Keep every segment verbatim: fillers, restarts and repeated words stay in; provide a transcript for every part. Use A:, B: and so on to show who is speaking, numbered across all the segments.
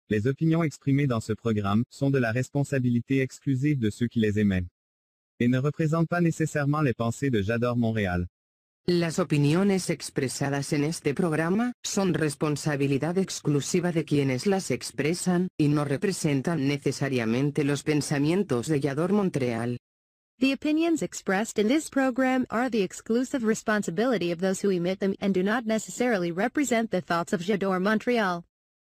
A: Les opinions exprimées dans ce programme sont de la responsabilité exclusive de ceux qui les émettent et ne représentent pas nécessairement les pensées de J'adore Montréal.
B: Las opiniones expresadas en este programa son responsabilidad exclusiva de quienes las expresan y no representan necesariamente los pensamientos de J'adore Montréal.
C: The opinions expressed in this program are the exclusive responsibility of those who emit them and do not necessarily represent the thoughts of J'adore Montréal.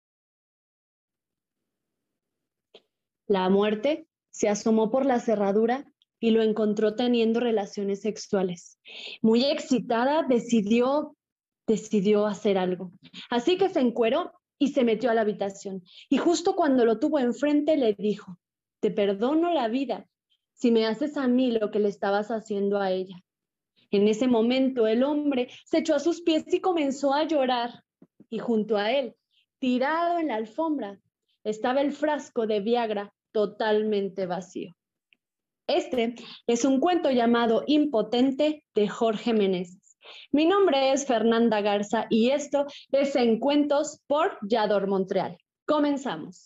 D: La muerte se asomó por la cerradura y lo encontró teniendo relaciones sexuales. Muy excitada, decidió, decidió hacer algo. Así que se encueró y se metió a la habitación. Y justo cuando lo tuvo enfrente le dijo, te perdono la vida si me haces a mí lo que le estabas haciendo a ella. En ese momento el hombre se echó a sus pies y comenzó a llorar. Y junto a él, tirado en la alfombra, estaba el frasco de Viagra totalmente vacío. Este es un cuento llamado Impotente de Jorge Meneses. Mi nombre es Fernanda Garza y esto es En Cuentos por J'adore Montréal. Comenzamos.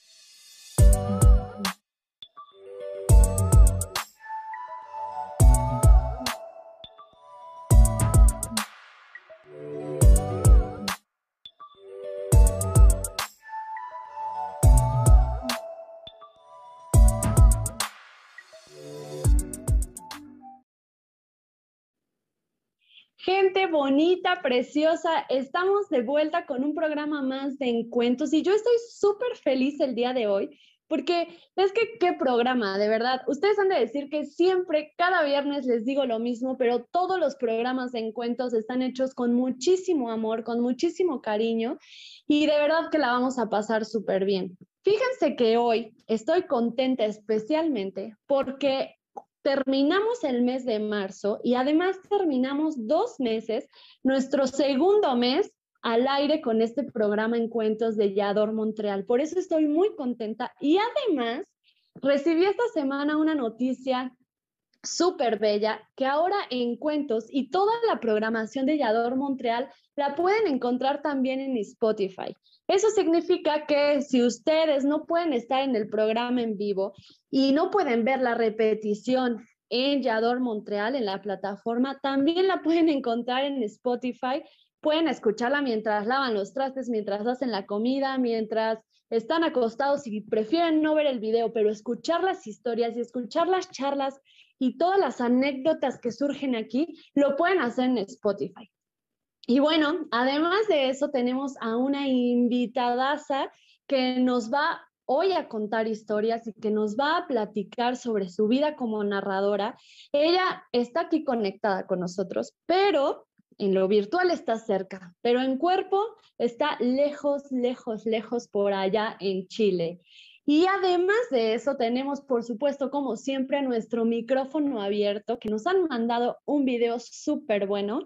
D: Gente bonita, preciosa, estamos de vuelta con un programa más de Encuentros y yo estoy súper feliz el día de hoy porque es que qué programa, de verdad. Ustedes han de decir que siempre, cada viernes les digo lo mismo, pero todos los programas de Encuentros están hechos con muchísimo amor, con muchísimo cariño y de verdad que la vamos a pasar súper bien. Fíjense que hoy estoy contenta especialmente porque terminamos el mes de marzo y además terminamos dos meses, nuestro segundo mes al aire con este programa Encuentros de J'adore Montréal. Por eso estoy muy contenta y además recibí esta semana una noticia súper bella que ahora Encuentros y toda la programación de J'adore Montréal la pueden encontrar también en Spotify. Eso significa que si ustedes no pueden estar en el programa en vivo y no pueden ver la repetición en J'adore Montréal, en la plataforma, también la pueden encontrar en Spotify. Pueden escucharla mientras lavan los trastes, mientras hacen la comida, mientras están acostados y prefieren no ver el video, pero escuchar las historias y escuchar las charlas y todas las anécdotas que surgen aquí, lo pueden hacer en Spotify. Y bueno, además de eso tenemos a una invitadaza que nos va hoy a contar historias y que nos va a platicar sobre su vida como narradora. Ella está aquí conectada con nosotros, pero en lo virtual está cerca, pero en cuerpo está lejos, lejos, lejos por allá en Chile. Y además de eso tenemos, por supuesto, como siempre, nuestro micrófono abierto, que nos han mandado un video súper bueno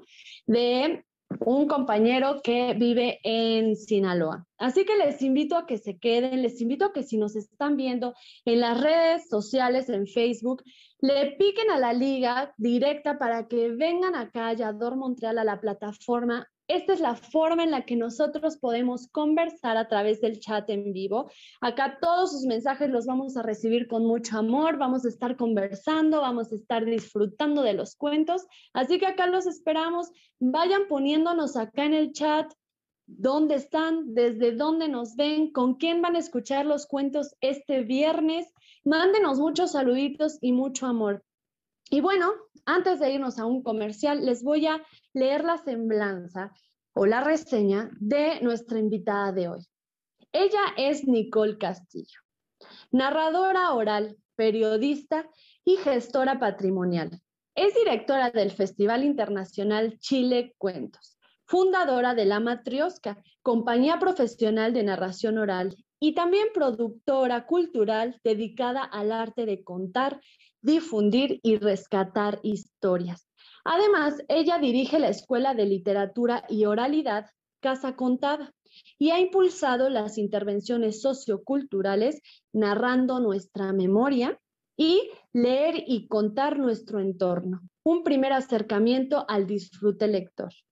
D: de un compañero que vive en Sinaloa. Así que les invito a que se queden, les invito a que si nos están viendo en las redes sociales, en Facebook, le piquen a la liga directa para que vengan acá a J'adore Montréal, a la plataforma. Esta es la forma en la que nosotros podemos conversar a través del chat en vivo. Acá todos sus mensajes los vamos a recibir con mucho amor, vamos a estar conversando, vamos a estar disfrutando de los cuentos. Así que acá los esperamos. Vayan poniéndonos acá en el chat dónde están, desde dónde nos ven, con quién van a escuchar los cuentos este viernes. Mándenos muchos saluditos y mucho amor. Y bueno, antes de irnos a un comercial, les voy a leer la semblanza o la reseña de nuestra invitada de hoy. Ella es Nicole Castillo, narradora oral, periodista y gestora patrimonial. Es directora del Festival Internacional Chile Cuentos, fundadora de La Matrioska, compañía profesional de narración oral, y también productora cultural dedicada al arte de contar, difundir y rescatar historias. Además, ella dirige la Escuela de Literatura y Oralidad Casa Contada y ha impulsado las intervenciones socioculturales Narrando Nuestra Memoria y Leer y Contar Nuestro Entorno, un primer acercamiento al disfrute lector.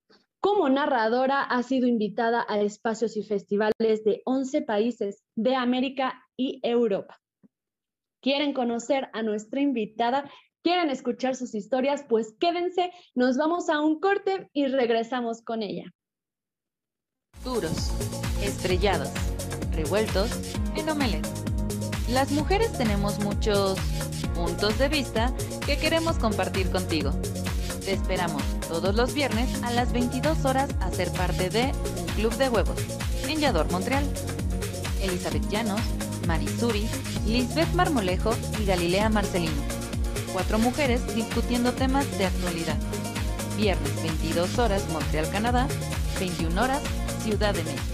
D: Como narradora ha sido invitada a espacios y festivales de once países de América y Europa. ¿Quieren conocer a nuestra invitada? ¿Quieren escuchar sus historias? Pues quédense, nos vamos a un corte y regresamos con ella.
E: Duros, estrellados, revueltos en omelette. Las mujeres tenemos muchos puntos de vista que queremos compartir contigo. Te esperamos todos los viernes a las veintidós horas a ser parte de Un Club de Huevos en Yador, Montreal. Elizabeth Llanos, Marisuri, Lisbeth Marmolejo y Galilea Marcelino. Cuatro mujeres discutiendo temas de actualidad. Viernes veintidós horas Montreal, Canadá, veintiuna horas Ciudad de México.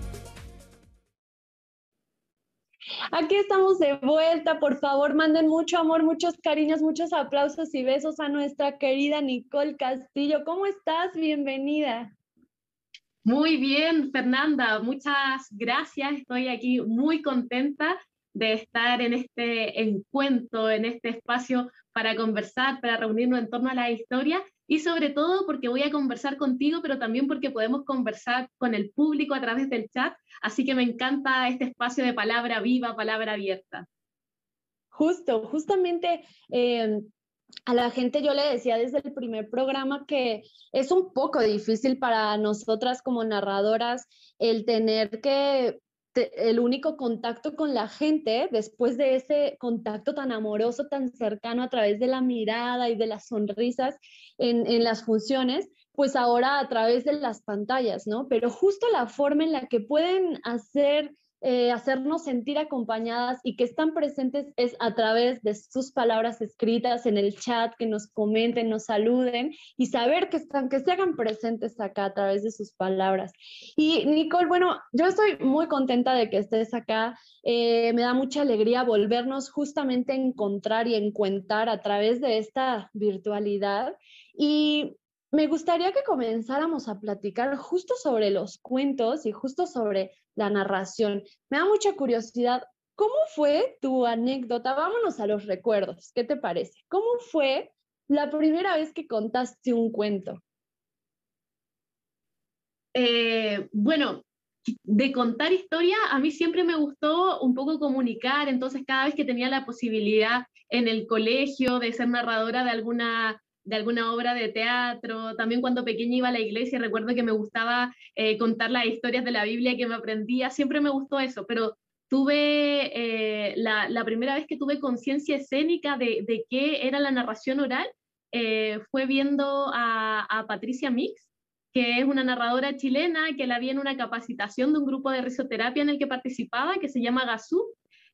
D: Aquí estamos de vuelta, por favor, manden mucho amor, muchos cariños, muchos aplausos y besos a nuestra querida Nicole Castillo. ¿Cómo estás? Bienvenida.
F: Muy bien, Fernanda, muchas gracias. Estoy aquí muy contenta de estar en este encuentro, en este espacio para conversar, para reunirnos en torno a la historia y sobre todo porque voy a conversar contigo, pero también porque podemos conversar con el público a través del chat, así que me encanta este espacio de palabra viva, palabra abierta.
D: Justo, justamente eh, a la gente yo le decía desde el primer programa que es un poco difícil para nosotras como narradoras el tener que el único contacto con la gente después de ese contacto tan amoroso, tan cercano a través de la mirada y de las sonrisas en, en las funciones, pues ahora a través de las pantallas, ¿no? Pero justo la forma en la que pueden hacer, eh, hacernos sentir acompañadas y que están presentes es a través de sus palabras escritas en el chat, que nos comenten, nos saluden y saber que, están, que se hagan presentes acá a través de sus palabras. Y Nicole, bueno, yo estoy muy contenta de que estés acá. Eh, me da mucha alegría volvernos justamente a encontrar y encuentrar a través de esta virtualidad. Y me gustaría que comenzáramos a platicar justo sobre los cuentos y justo sobre la narración. Me da mucha curiosidad, ¿cómo fue tu anécdota? Vámonos a los recuerdos, ¿qué te parece? ¿Cómo fue la primera vez que contaste un cuento?
F: Eh, bueno, de contar historia, a mí siempre me gustó un poco comunicar, entonces cada vez que tenía la posibilidad en el colegio de ser narradora de alguna de alguna obra de teatro, también cuando pequeña iba a la iglesia, recuerdo que me gustaba eh, contar las historias de la Biblia que me aprendía, siempre me gustó eso, pero tuve, eh, la, la primera vez que tuve conciencia escénica de, de qué era la narración oral, eh, fue viendo a, a Patricia Mix, que es una narradora chilena que la vi en una capacitación de un grupo de risoterapia en el que participaba, que se llama Gazú,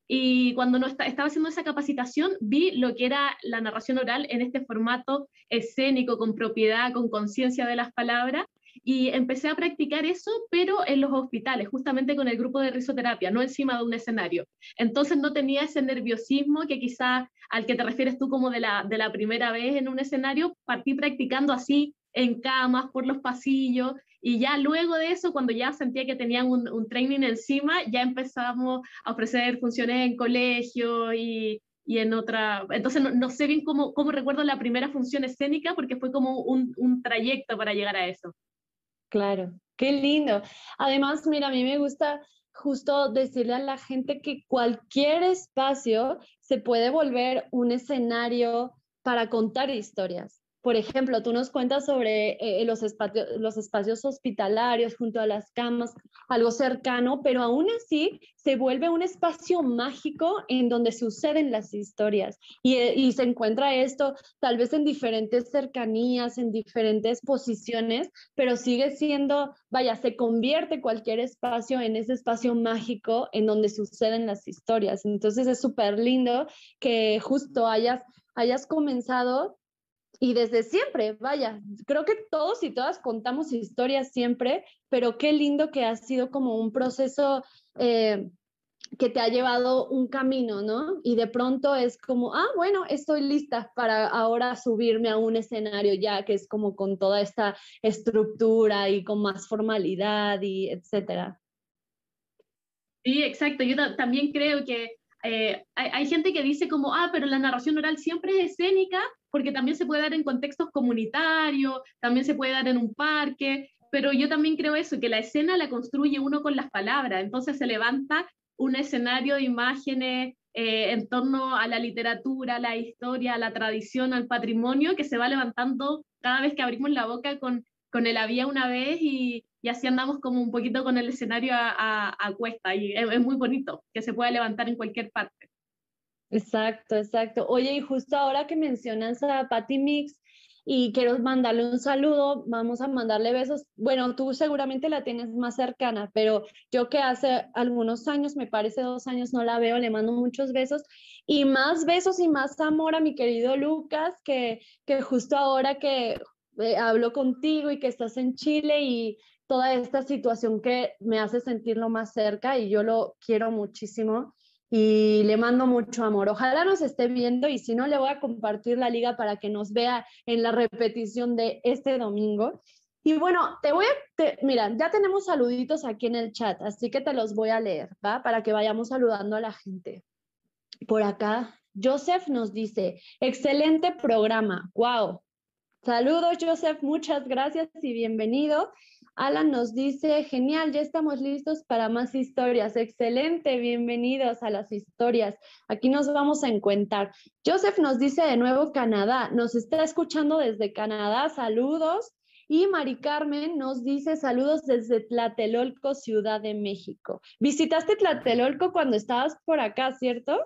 F: y cuando no está, estaba haciendo esa capacitación vi lo que era la narración oral en este formato escénico, con propiedad, con conciencia de las palabras, y empecé a practicar eso, pero en los hospitales, justamente con el grupo de risoterapia, no encima de un escenario. Entonces no tenía ese nerviosismo que quizás al que te refieres tú como de la, de la primera vez en un escenario, partí practicando así, en camas, por los pasillos, y ya luego de eso, cuando ya sentía que tenían un, un training encima, ya empezamos a ofrecer funciones en colegio y, y en otra... Entonces no, no sé bien cómo, cómo recuerdo la primera función escénica, porque fue como un, un trayecto para llegar a eso.
D: Claro, qué lindo. Además, mira, a mí me gusta justo decirle a la gente que cualquier espacio se puede volver un escenario para contar historias. Por ejemplo, tú nos cuentas sobre eh, los, espacios, los espacios hospitalarios junto a las camas, algo cercano, pero aún así se vuelve un espacio mágico en donde suceden las historias. Y, y se encuentra esto tal vez en diferentes cercanías, en diferentes posiciones, pero sigue siendo, vaya, se convierte cualquier espacio en ese espacio mágico en donde suceden las historias. Entonces es súper lindo que justo hayas, hayas comenzado. Y desde siempre, vaya, creo que todos y todas contamos historias siempre, pero qué lindo que ha sido como un proceso eh, que te ha llevado un camino, ¿no? Y de pronto es como, ah, bueno, estoy lista para ahora subirme a un escenario ya que es como con toda esta estructura y con más formalidad y etcétera.
F: Sí, exacto. Yo también creo que Eh, hay, hay gente que dice como, ah, pero la narración oral siempre es escénica, porque también se puede dar en contextos comunitarios, también se puede dar en un parque, pero yo también creo eso, que la escena la construye uno con las palabras, entonces se levanta un escenario de imágenes eh, en torno a la literatura, a la historia, a la tradición, al patrimonio, que se va levantando cada vez que abrimos la boca con, con el había una vez, y, y así andamos como un poquito con el escenario a, a, a cuesta, y es, es muy bonito que se pueda levantar en cualquier parte.
D: Exacto, exacto. Oye, y justo ahora que mencionas a Patty Mix y quiero mandarle un saludo, vamos a mandarle besos. Bueno, tú seguramente la tienes más cercana, pero yo que hace algunos años, me parece dos años, no la veo, le mando muchos besos y más besos y más amor a mi querido Lucas, que, que justo ahora que eh, hablo contigo y que estás en Chile y toda esta situación que me hace sentirlo más cerca y yo lo quiero muchísimo. Y le mando mucho amor. Ojalá nos esté viendo y si no, le voy a compartir la liga para que nos vea en la repetición de este domingo. Y bueno, te voy a, te, mira, ya tenemos saluditos aquí en el chat, así que te los voy a leer, ¿va? Para que vayamos saludando a la gente. Por acá, Joseph nos dice, excelente programa, wow. Saludos, Joseph, muchas gracias y bienvenido. Alan nos dice, genial, ya estamos listos para más historias. Excelente, bienvenidos a las historias. Aquí nos vamos a encuentrar. Joseph nos dice de nuevo Canadá, nos está escuchando desde Canadá, saludos. Y Mari Carmen nos dice saludos desde Tlatelolco, Ciudad de México. ¿Visitaste Tlatelolco cuando estabas por acá, cierto?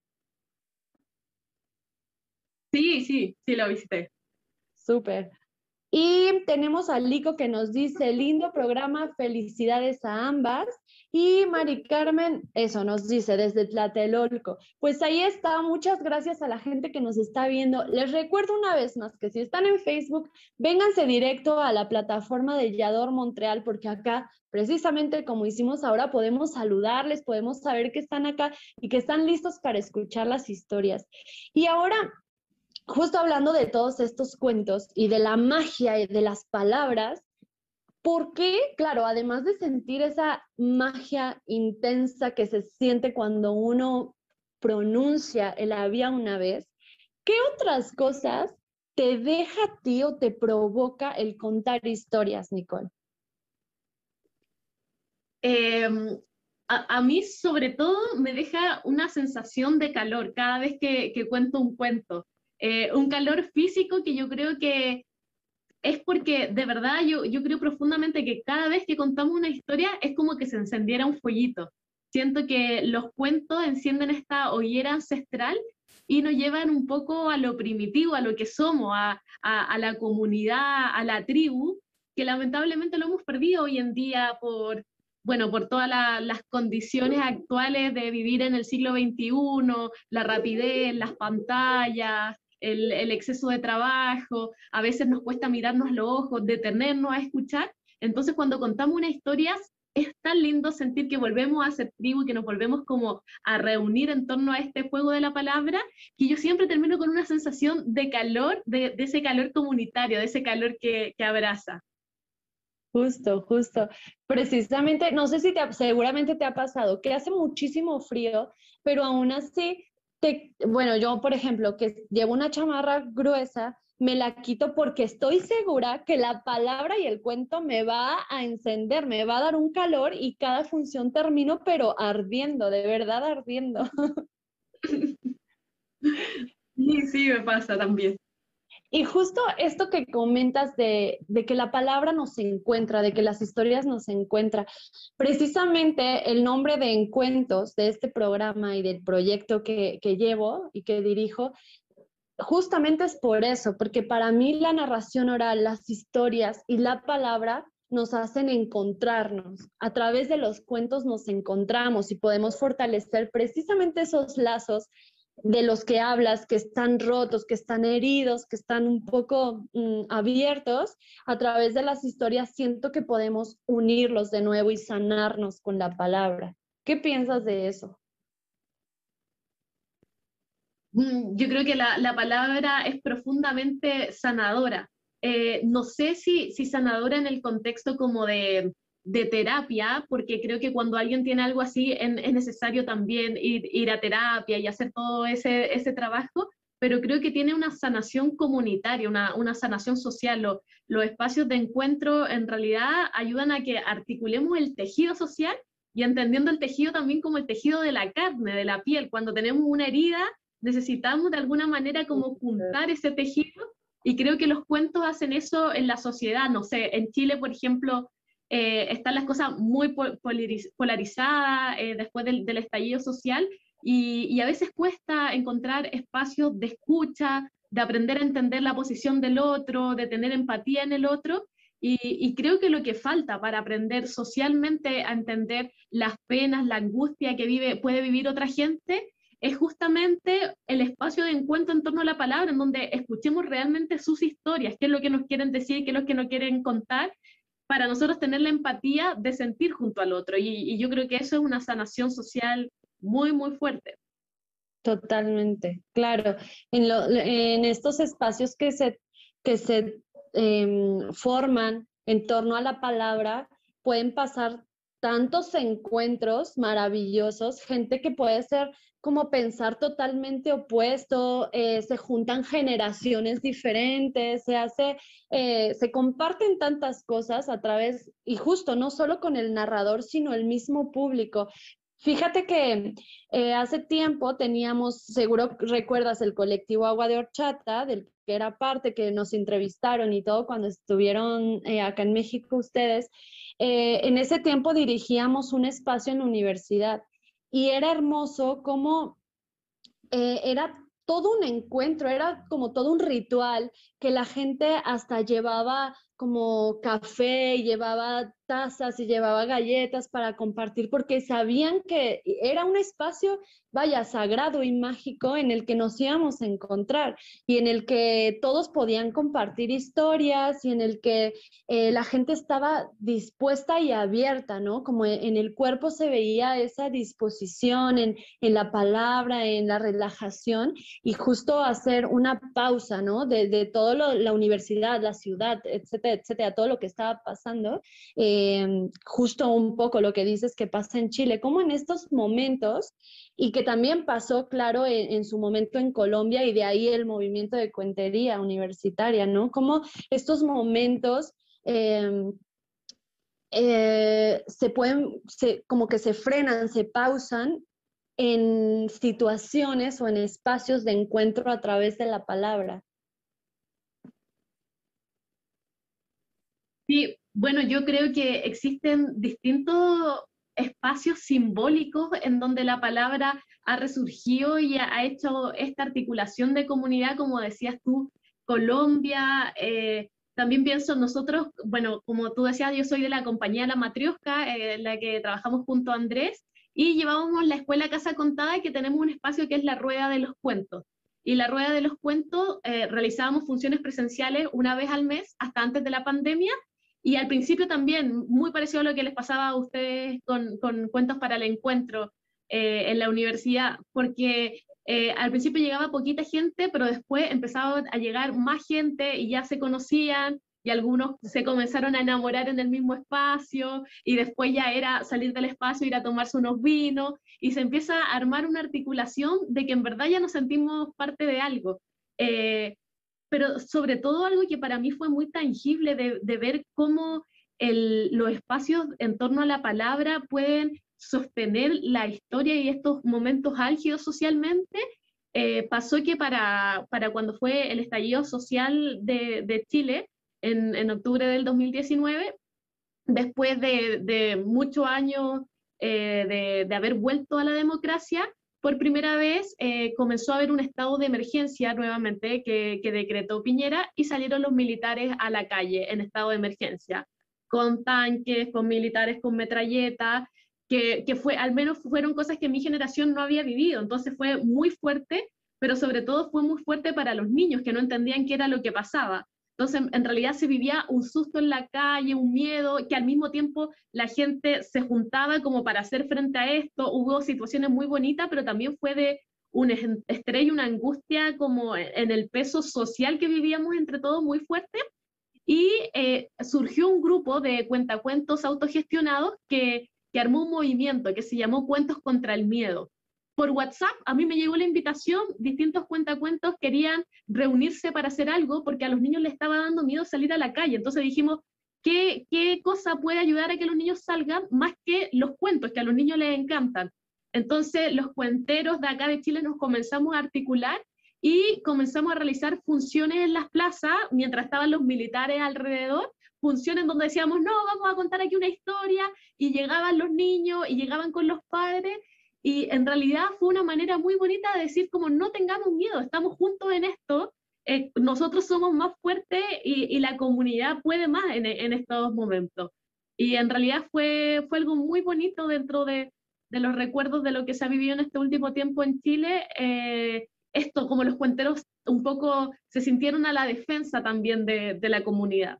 F: Sí, sí, sí lo visité.
D: Súper. Y tenemos a Lico que nos dice, lindo programa, felicidades a ambas. Y Mari Carmen, eso nos dice desde Tlatelolco. Pues ahí está, muchas gracias a la gente que nos está viendo. Les recuerdo una vez más que si están en Facebook, vénganse directo a la plataforma de Yador Montreal, porque acá, precisamente como hicimos ahora, podemos saludarles, podemos saber que están acá y que están listos para escuchar las historias. Y ahora, justo hablando de todos estos cuentos y de la magia y de las palabras, ¿por qué? Claro, además de sentir esa magia intensa que se siente cuando uno pronuncia el había una vez, ¿qué otras cosas te deja a ti o te provoca el contar historias, Nicole?
F: Eh, a, a mí, sobre todo, me deja una sensación de calor cada vez que, que cuento un cuento. Eh, un calor físico que yo creo que es porque de verdad yo, yo creo profundamente que cada vez que contamos una historia es como que se encendiera un fueguito. Siento que los cuentos encienden esta hoguera ancestral y nos llevan un poco a lo primitivo, a lo que somos, a, a, a la comunidad, a la tribu, que lamentablemente lo hemos perdido hoy en día por, bueno, por todas la, las condiciones actuales de vivir en el siglo veintiuno, la rapidez, las pantallas, El, el exceso de trabajo, a veces nos cuesta mirarnos a los ojos, detenernos a escuchar. Entonces, cuando contamos una historia, es tan lindo sentir que volvemos a ser tribu, que nos volvemos como a reunir en torno a este juego de la palabra, que yo siempre termino con una sensación de calor, de, de ese calor comunitario, de ese calor que, que abraza.
D: Justo, justo. Precisamente, no sé si te, seguramente te ha pasado que hace muchísimo frío, pero aún así, te, bueno, yo por ejemplo, que llevo una chamarra gruesa, me la quito porque estoy segura que la palabra y el cuento me va a encender, me va a dar un calor y cada función termino, pero ardiendo, de verdad ardiendo.
F: Sí, sí, me pasa también.
D: Y justo esto que comentas de, de que la palabra nos encuentra, de que las historias nos encuentran, precisamente el nombre de Encuentos de este programa y del proyecto que, que llevo y que dirijo, justamente es por eso, porque para mí la narración oral, las historias y la palabra nos hacen encontrarnos. A través de los cuentos nos encontramos y podemos fortalecer precisamente esos lazos de los que hablas, que están rotos, que están heridos, que están un poco mmm, abiertos. A través de las historias siento que podemos unirlos de nuevo y sanarnos con la palabra. ¿Qué piensas de eso?
F: Yo creo que la, la palabra es profundamente sanadora. Eh, no sé si, si sanadora en el contexto como de, de terapia, porque creo que cuando alguien tiene algo así en, es necesario también ir, ir a terapia y hacer todo ese, ese trabajo, pero creo que tiene una sanación comunitaria, una, una sanación social. Los, los espacios de encuentro en realidad ayudan a que articulemos el tejido social y entendiendo el tejido también como el tejido de la carne, de la piel. Cuando tenemos una herida, necesitamos de alguna manera como juntar ese tejido y creo que los cuentos hacen eso en la sociedad. No sé, en Chile, por ejemplo, eh, están las cosas muy polarizadas eh, después del, del estallido social. Y, y a veces cuesta encontrar espacios de escucha, de aprender a entender la posición del otro, de tener empatía en el otro, y, y creo que lo que falta para aprender socialmente a entender las penas, la angustia que vive, puede vivir otra gente, es justamente el espacio de encuentro en torno a la palabra, en donde escuchemos realmente sus historias, qué es lo que nos quieren decir, qué es lo que nos quieren contar, para nosotros tener la empatía de sentir junto al otro, y, y yo creo que eso es una sanación social muy, muy fuerte.
D: Totalmente, claro. En, lo, en estos espacios que se, que se eh, forman en torno a la palabra, pueden pasar tantos encuentros maravillosos, gente que puede ser como pensar totalmente opuesto, eh, se juntan generaciones diferentes, se hace, eh, se comparten tantas cosas a través, y justo no solo con el narrador, sino el mismo público. Fíjate que eh, hace tiempo teníamos, seguro recuerdas el colectivo Agua de Horchata, del que era parte, que nos entrevistaron y todo cuando estuvieron eh, acá en México ustedes. Eh, en ese tiempo dirigíamos un espacio en la universidad y era hermoso como eh, era todo un encuentro, era como todo un ritual que la gente hasta llevaba como café, y llevaba tazas y llevaba galletas para compartir, porque sabían que era un espacio, vaya, sagrado y mágico en el que nos íbamos a encontrar y en el que todos podían compartir historias y en el que eh, la gente estaba dispuesta y abierta, ¿no? Como en el cuerpo se veía esa disposición, en, en la palabra, en la relajación y justo hacer una pausa, ¿no? De, de todo lo, la universidad, la ciudad, etcétera, etcétera, todo lo que estaba pasando. Eh, justo un poco lo que dices que pasa en Chile, como en estos momentos, y que también pasó, claro, en, en su momento en Colombia, y de ahí el movimiento de cuentería universitaria, ¿no? Como estos momentos eh, eh, se pueden, se, como que se frenan, se pausan en situaciones o en espacios de encuentro a través de la palabra.
F: Sí, bueno, yo creo que existen distintos espacios simbólicos en donde la palabra ha resurgido y ha hecho esta articulación de comunidad, como decías tú, Colombia, eh, también pienso nosotros, bueno, como tú decías, yo soy de la compañía La Matrioska, eh, en la que trabajamos junto a Andrés, y llevábamos la escuela Casa Contada, que tenemos un espacio que es la Rueda de los Cuentos. Y la Rueda de los Cuentos eh, realizábamos funciones presenciales una vez al mes, hasta antes de la pandemia, y al principio también, muy parecido a lo que les pasaba a ustedes con, con Cuentos para el Encuentro eh, en la universidad, porque eh, al principio llegaba poquita gente, pero después empezaba a llegar más gente y ya se conocían, y algunos se comenzaron a enamorar en el mismo espacio, y después ya era salir del espacio, ir a tomarse unos vinos, y se empieza a armar una articulación de que en verdad ya nos sentimos parte de algo. Eh, pero sobre todo algo que para mí fue muy tangible de, de ver cómo el, los espacios en torno a la palabra pueden sostener la historia y estos momentos álgidos socialmente. Eh, pasó que para, para cuando fue el estallido social de, de Chile, en, en octubre del dos mil diecinueve, después de, de muchos años eh, de, de haber vuelto a la democracia, por primera vez eh, comenzó a haber un estado de emergencia nuevamente que, que decretó Piñera y salieron los militares a la calle en estado de emergencia, con tanques, con militares con metralletas, que, que fue, al menos fueron cosas que mi generación no había vivido, entonces fue muy fuerte, pero sobre todo fue muy fuerte para los niños que no entendían qué era lo que pasaba. Entonces, en realidad se vivía un susto en la calle, un miedo, que al mismo tiempo la gente se juntaba como para hacer frente a esto. Hubo situaciones muy bonitas, pero también fue de un estrés y una angustia como en el peso social que vivíamos entre todos muy fuerte. Y eh, surgió un grupo de cuentacuentos autogestionados que, que armó un movimiento que se llamó Cuentos contra el Miedo. por WhatsApp a mí me llegó la invitación, distintos cuentacuentos querían reunirse para hacer algo porque a los niños les estaba dando miedo salir a la calle. Entonces dijimos, ¿qué, qué cosa puede ayudar a que los niños salgan más que los cuentos, que a los niños les encantan? Entonces los cuenteros de acá de Chile nos comenzamos a articular y comenzamos a realizar funciones en las plazas mientras estaban los militares alrededor, funciones donde decíamos, no, vamos a contar aquí una historia, y llegaban los niños y llegaban con los padres. Y en realidad fue una manera muy bonita de decir como no tengamos miedo, estamos juntos en esto, eh, nosotros somos más fuertes y, y la comunidad puede más en, en estos momentos. Y en realidad fue, fue algo muy bonito dentro de, de los recuerdos de lo que se ha vivido en este último tiempo en Chile. Eh, esto, como los cuenteros un poco se sintieron a la defensa también de, de la comunidad.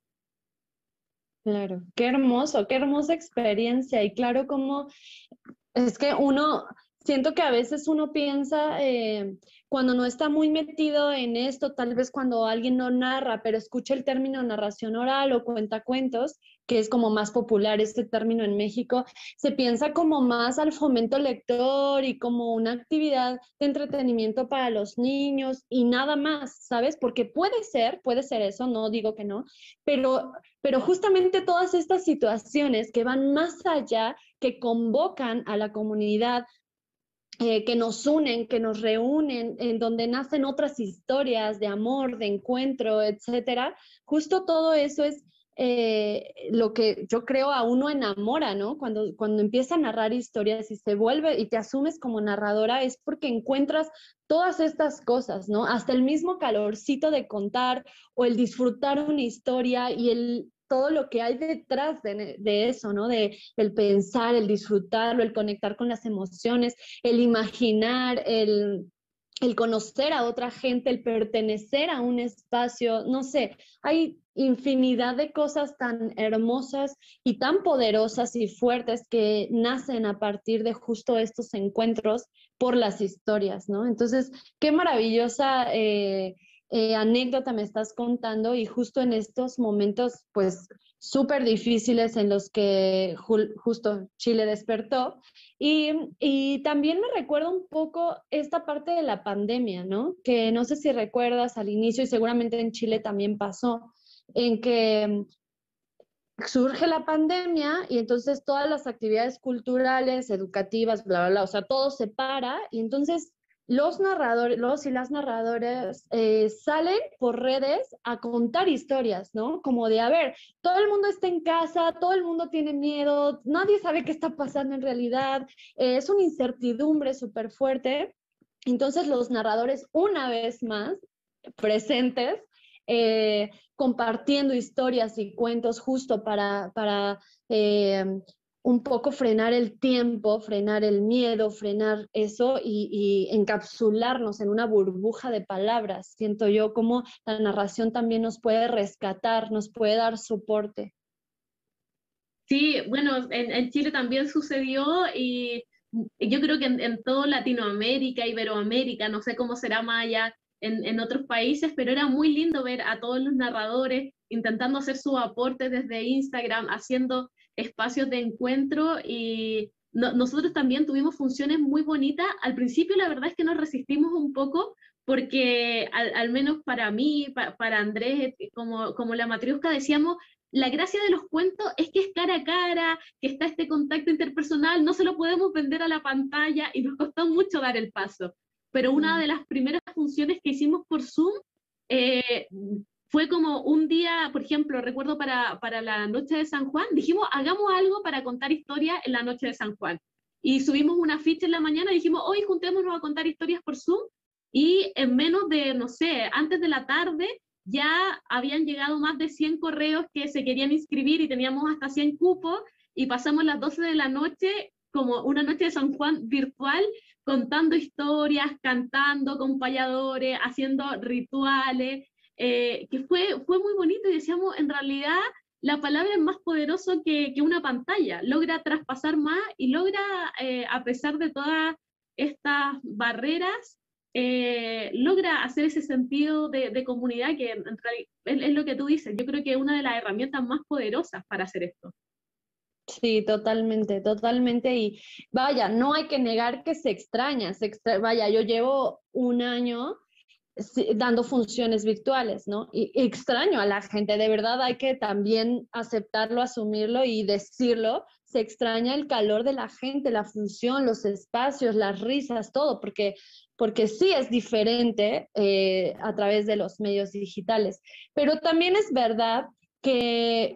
D: Claro, qué hermoso, qué hermosa experiencia. Y claro, como es que uno, siento que a veces uno piensa, eh, cuando no está muy metido en esto, tal vez cuando alguien no narra, pero escucha el término narración oral o cuentacuentos, que es como más popular este término en México, se piensa como más al fomento lector y como una actividad de entretenimiento para los niños y nada más, ¿sabes? Porque puede ser, puede ser eso, no digo que no, pero, pero justamente todas estas situaciones que van más allá, que convocan a la comunidad, eh, que nos unen, que nos reúnen, en donde nacen otras historias de amor, de encuentro, etcétera. Justo todo eso es eh, lo que yo creo a uno enamora, ¿no? Cuando, cuando empieza a narrar historias y se vuelve y te asumes como narradora, es porque encuentras todas estas cosas, ¿no? Hasta el mismo calorcito de contar o el disfrutar una historia y el todo lo que hay detrás de, de eso, ¿no? De el pensar, el disfrutarlo, el conectar con las emociones, el imaginar, el, el conocer a otra gente, el pertenecer a un espacio, no sé, hay infinidad de cosas tan hermosas y tan poderosas y fuertes que nacen a partir de justo estos encuentros por las historias, ¿no? Entonces, qué maravillosa eh, eh, anécdota me estás contando, y justo en estos momentos, pues, súper difíciles en los que ju justo Chile despertó. Y, y también me recuerda un poco esta parte de la pandemia, ¿no? Que no sé si recuerdas al inicio, y seguramente en Chile también pasó, en que surge la pandemia y entonces todas las actividades culturales, educativas, bla, bla, bla, o sea, todo se para, y entonces los narradores, los y las narradoras eh, salen por redes a contar historias, ¿no? Como de, a ver, todo el mundo está en casa, todo el mundo tiene miedo, nadie sabe qué está pasando en realidad, eh, es una incertidumbre súper fuerte. Entonces los narradores, una vez más, presentes, eh, compartiendo historias y cuentos justo para, para eh, un poco frenar el tiempo, frenar el miedo, frenar eso y, y encapsularnos en una burbuja de palabras. Siento yo como la narración también nos puede rescatar, nos puede dar soporte.
F: Sí, bueno, en, en Chile también sucedió, y yo creo que en, en toda Latinoamérica, Iberoamérica, no sé cómo será más allá en, en otros países, pero era muy lindo ver a todos los narradores intentando hacer su aporte desde Instagram, haciendo espacios de encuentro, y no, nosotros también tuvimos funciones muy bonitas. Al principio la verdad es que nos resistimos un poco, porque al, al menos para mí, pa, para Andrés, como, como la Matriosca, decíamos, la gracia de los cuentos es que es cara a cara, que está este contacto interpersonal, no se lo podemos vender a la pantalla, y nos costó mucho dar el paso. Pero una de las primeras funciones que hicimos por Zoom eh, fue como un día, por ejemplo, recuerdo para, para la noche de San Juan, dijimos, hagamos algo para contar historias en la noche de San Juan. Y subimos una ficha en la mañana y dijimos, hoy juntémonos a contar historias por Zoom, y en menos de, no sé, antes de la tarde, ya habían llegado más de cien correos que se querían inscribir y teníamos hasta cien cupos, y pasamos las doce de la noche como una noche de San Juan virtual, contando historias, cantando con payadores, haciendo rituales, eh, que fue, fue muy bonito, y decíamos, en realidad la palabra es más poderosa que, que una pantalla, logra traspasar más y logra, eh, a pesar de todas estas barreras, eh, logra hacer ese sentido de, de comunidad que en realidad es, es lo que tú dices. Yo creo que es una de las herramientas más poderosas para hacer esto.
D: Sí, totalmente, totalmente. Y vaya, no hay que negar que se extraña, se extra- vaya, yo llevo un año sí, dando funciones virtuales, ¿no? Y, y extraño a la gente, de verdad hay que también aceptarlo, asumirlo y decirlo. Se extraña el calor de la gente, la función, los espacios, las risas, todo, porque, porque sí es diferente eh, a través de los medios digitales. Pero también es verdad que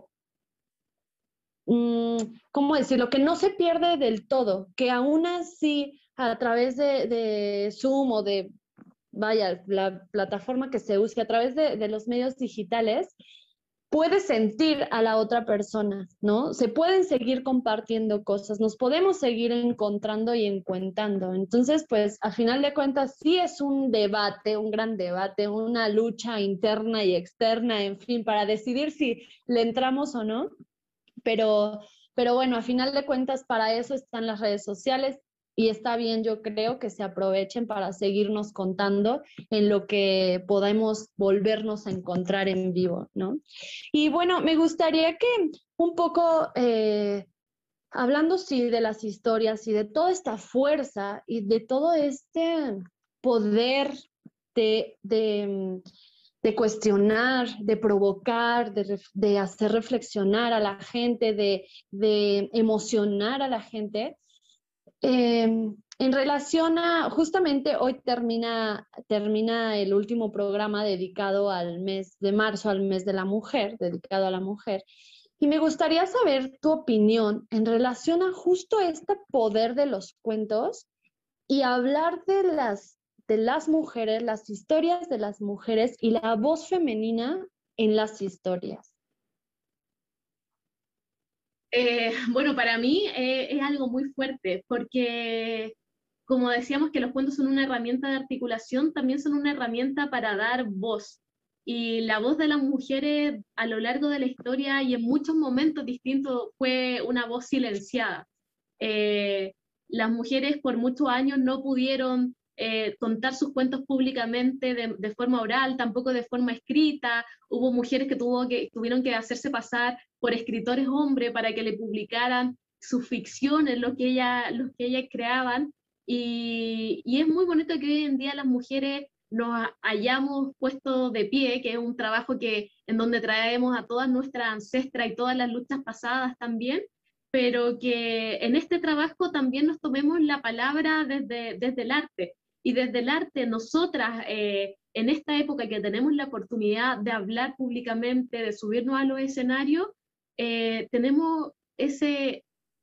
D: mm, ¿cómo decirlo? Que no se pierde del todo, que aún así a través de, de Zoom o de, vaya, la plataforma que se use, a través de, de los medios digitales, puedes sentir a la otra persona, ¿no? Se pueden seguir compartiendo cosas, nos podemos seguir encontrando y encuentando. Entonces, pues, a final de cuentas, sí es un debate, un gran debate, una lucha interna y externa, en fin, para decidir si le entramos o no. Pero, pero bueno, a final de cuentas, para eso están las redes sociales y está bien, yo creo, que se aprovechen para seguirnos contando en lo que podamos volvernos a encontrar en vivo, ¿no? Y bueno, me gustaría que un poco, eh, hablando sí de las historias y de toda esta fuerza y de todo este poder de, de de cuestionar, de provocar, de, de, hacer reflexionar a la gente, de, de emocionar a la gente. Eh, en relación a, justamente hoy termina, termina el último programa dedicado al mes de marzo, al mes de la mujer, dedicado a la mujer. Y me gustaría saber tu opinión en relación a justo este poder de los cuentos y hablar de las de las mujeres, las historias de las mujeres y la voz femenina en las historias.
F: Eh, bueno, para mí eh, es algo muy fuerte, porque como decíamos que los cuentos son una herramienta de articulación, también son una herramienta para dar voz. Y la voz de las mujeres a lo largo de la historia y en muchos momentos distintos fue una voz silenciada. Eh, las mujeres por muchos años no pudieron eh, contar sus cuentos públicamente de, de forma oral, tampoco de forma escrita. Hubo mujeres que, tuvo que tuvieron que hacerse pasar por escritores hombres para que le publicaran sus ficciones, lo que, ella, lo que ellas creaban. Y, y es muy bonito que hoy en día las mujeres nos hayamos puesto de pie, que es un trabajo que, en donde traemos a todas nuestras ancestras y todas las luchas pasadas también, pero que en este trabajo también nos tomemos la palabra desde, desde el arte. Y desde el arte, nosotras, eh, en esta época que tenemos la oportunidad de hablar públicamente, de subirnos a los escenarios, eh, tenemos ese,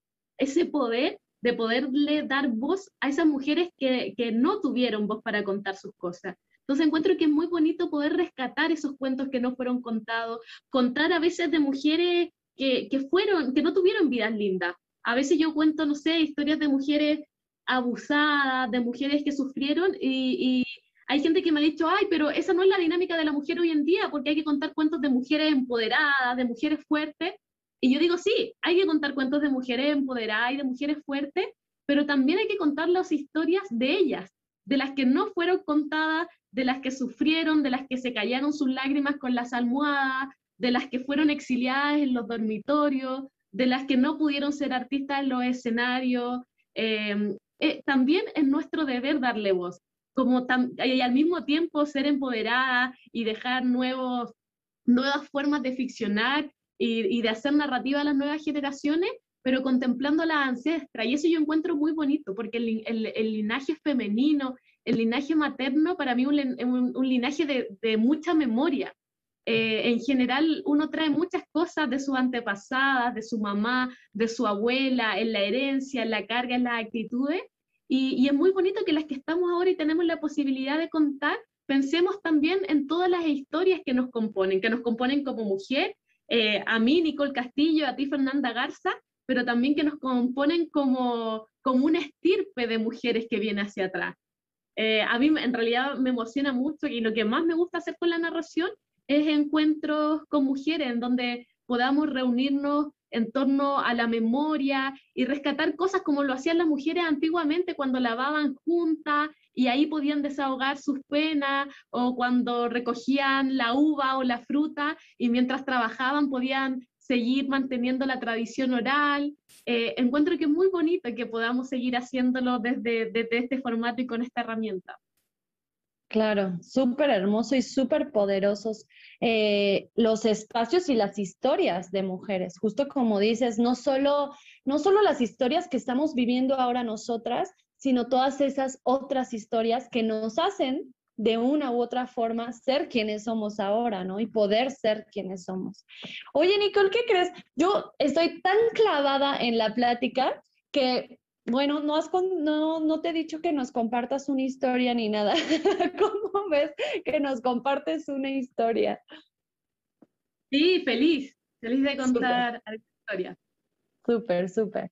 F: ese poder de poderle dar voz a esas mujeres que, que no tuvieron voz para contar sus cosas. Entonces encuentro que es muy bonito poder rescatar esos cuentos que no fueron contados, contar a veces de mujeres que, que fueron, que no tuvieron vidas lindas. A veces yo cuento, no sé, historias de mujeres abusadas, de mujeres que sufrieron y, y hay gente que me ha dicho, ay, pero esa no es la dinámica de la mujer hoy en día, porque hay que contar cuentos de mujeres empoderadas, de mujeres fuertes. Y yo digo, sí, hay que contar cuentos de mujeres empoderadas y de mujeres fuertes, pero también hay que contar las historias de ellas, de las que no fueron contadas, de las que sufrieron, de las que se callaron sus lágrimas con las almohadas, de las que fueron exiliadas en los dormitorios, de las que no pudieron ser artistas en los escenarios. Eh, eh, también es nuestro deber darle voz, como y al mismo tiempo ser empoderada y dejar nuevos, nuevas formas de ficcionar y, y de hacer narrativa a las nuevas generaciones, pero contemplando a las ancestras. Y eso yo encuentro muy bonito, porque el, el, el linaje femenino, el linaje materno, para mí es un, un, un linaje de, de mucha memoria. Eh, en general, uno trae muchas cosas de sus antepasadas, de su mamá, de su abuela, en la herencia, en la carga, en las actitudes. Y, y es muy bonito que las que estamos ahora y tenemos la posibilidad de contar, pensemos también en todas las historias que nos componen, que nos componen como mujer, eh, a mí, Nicole Castillo, a ti, Fernanda Garza, pero también que nos componen como, como una estirpe de mujeres que viene hacia atrás. Eh, a mí en realidad me emociona mucho y lo que más me gusta hacer con la narración es encuentros con mujeres en donde podamos reunirnos en torno a la memoria y rescatar cosas como lo hacían las mujeres antiguamente cuando lavaban juntas y ahí podían desahogar sus penas, o cuando recogían la uva o la fruta y mientras trabajaban podían seguir manteniendo la tradición oral. Eh, encuentro que es muy bonito que podamos seguir haciéndolo desde, desde este formato y con esta herramienta.
D: Claro, súper hermoso y súper poderosos eh, los espacios y las historias de mujeres. Justo como dices, no solo, no solo las historias que estamos viviendo ahora nosotras, sino todas esas otras historias que nos hacen de una u otra forma ser quienes somos ahora, ¿no? Y poder ser quienes somos. Oye, Nicole, ¿qué crees? Yo estoy tan clavada en la plática que, bueno, no, has con, no, no te he dicho que nos compartas una historia ni nada. ¿Cómo ves que nos compartes una historia?
F: Sí, feliz, feliz de contar alguna historia.
D: Súper, súper.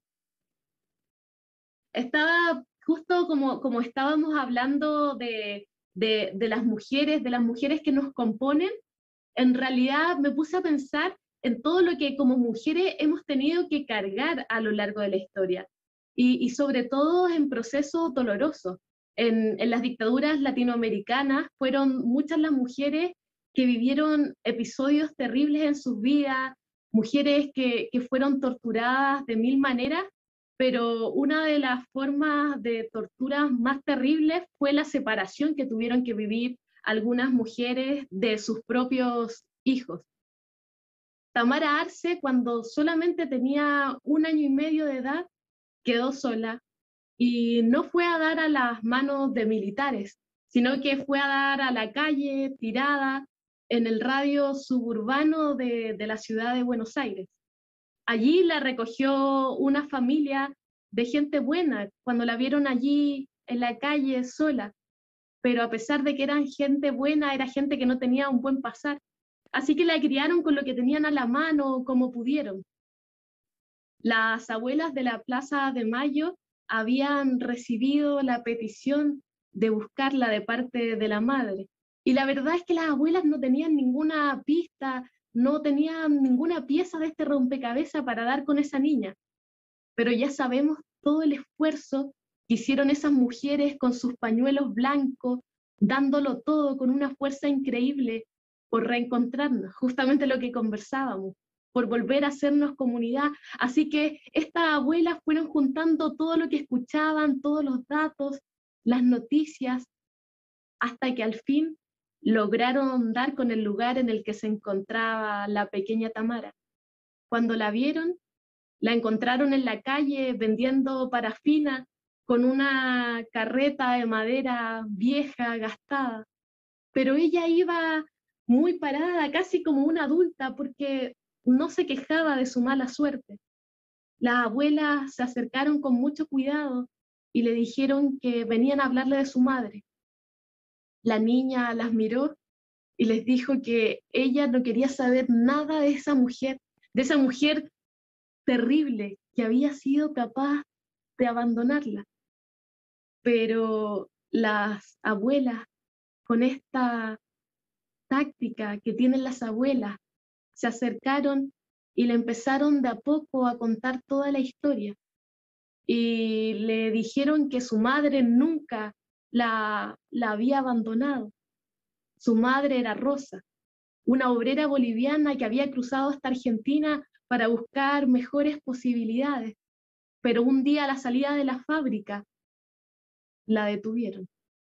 F: Estaba justo como, como estábamos hablando de, de, de las mujeres, de las mujeres que nos componen, en realidad me puse a pensar en todo lo que como mujeres hemos tenido que cargar a lo largo de la historia, y, y sobre todo en procesos dolorosos. En, en las dictaduras latinoamericanas fueron muchas las mujeres que vivieron episodios terribles en sus vidas, mujeres que, que fueron torturadas de mil maneras, pero una de las formas de tortura más terribles fue la separación que tuvieron que vivir algunas mujeres de sus propios hijos. Tamara Arce, cuando solamente tenía un año y medio de edad, quedó sola y no fue a dar a las manos de militares, sino que fue a dar a la calle, tirada, en el radio suburbano de, de la ciudad de Buenos Aires. Allí la recogió una familia de gente buena, cuando la vieron allí en la calle sola, pero a pesar de que eran gente buena, era gente que no tenía un buen pasar. Así que la criaron con lo que tenían a la mano, como pudieron. Las abuelas de la Plaza de Mayo habían recibido la petición de buscarla de parte de la madre. Y la verdad es que las abuelas no tenían ninguna pista, no tenían ninguna pieza de este rompecabezas para dar con esa niña. Pero ya sabemos todo el esfuerzo que hicieron esas mujeres con sus pañuelos blancos, dándolo todo con una fuerza increíble por reencontrarnos, justamente lo que conversábamos, por volver a hacernos comunidad. Así que estas abuelas fueron juntando todo lo que escuchaban, todos los datos, las noticias, hasta que al fin lograron dar con el lugar en el que se encontraba la pequeña Tamara. Cuando la vieron, la encontraron en la calle vendiendo parafina con una carreta de madera vieja, gastada. Pero ella iba muy parada, casi como una adulta, porque no se quejaba de su mala suerte. Las abuelas se acercaron con mucho cuidado y le dijeron que venían a hablarle de su madre. La niña las miró y les dijo que ella no quería saber nada de esa mujer, de esa mujer terrible que había sido capaz de abandonarla. Pero las abuelas, con esta táctica que tienen las abuelas, se acercaron y le empezaron de a poco a contar toda la historia. Y le dijeron que su madre nunca la, la había abandonado. Su madre era Rosa, una obrera boliviana que había cruzado hasta Argentina para buscar mejores posibilidades, pero un día a la salida de la fábrica la detuvieron.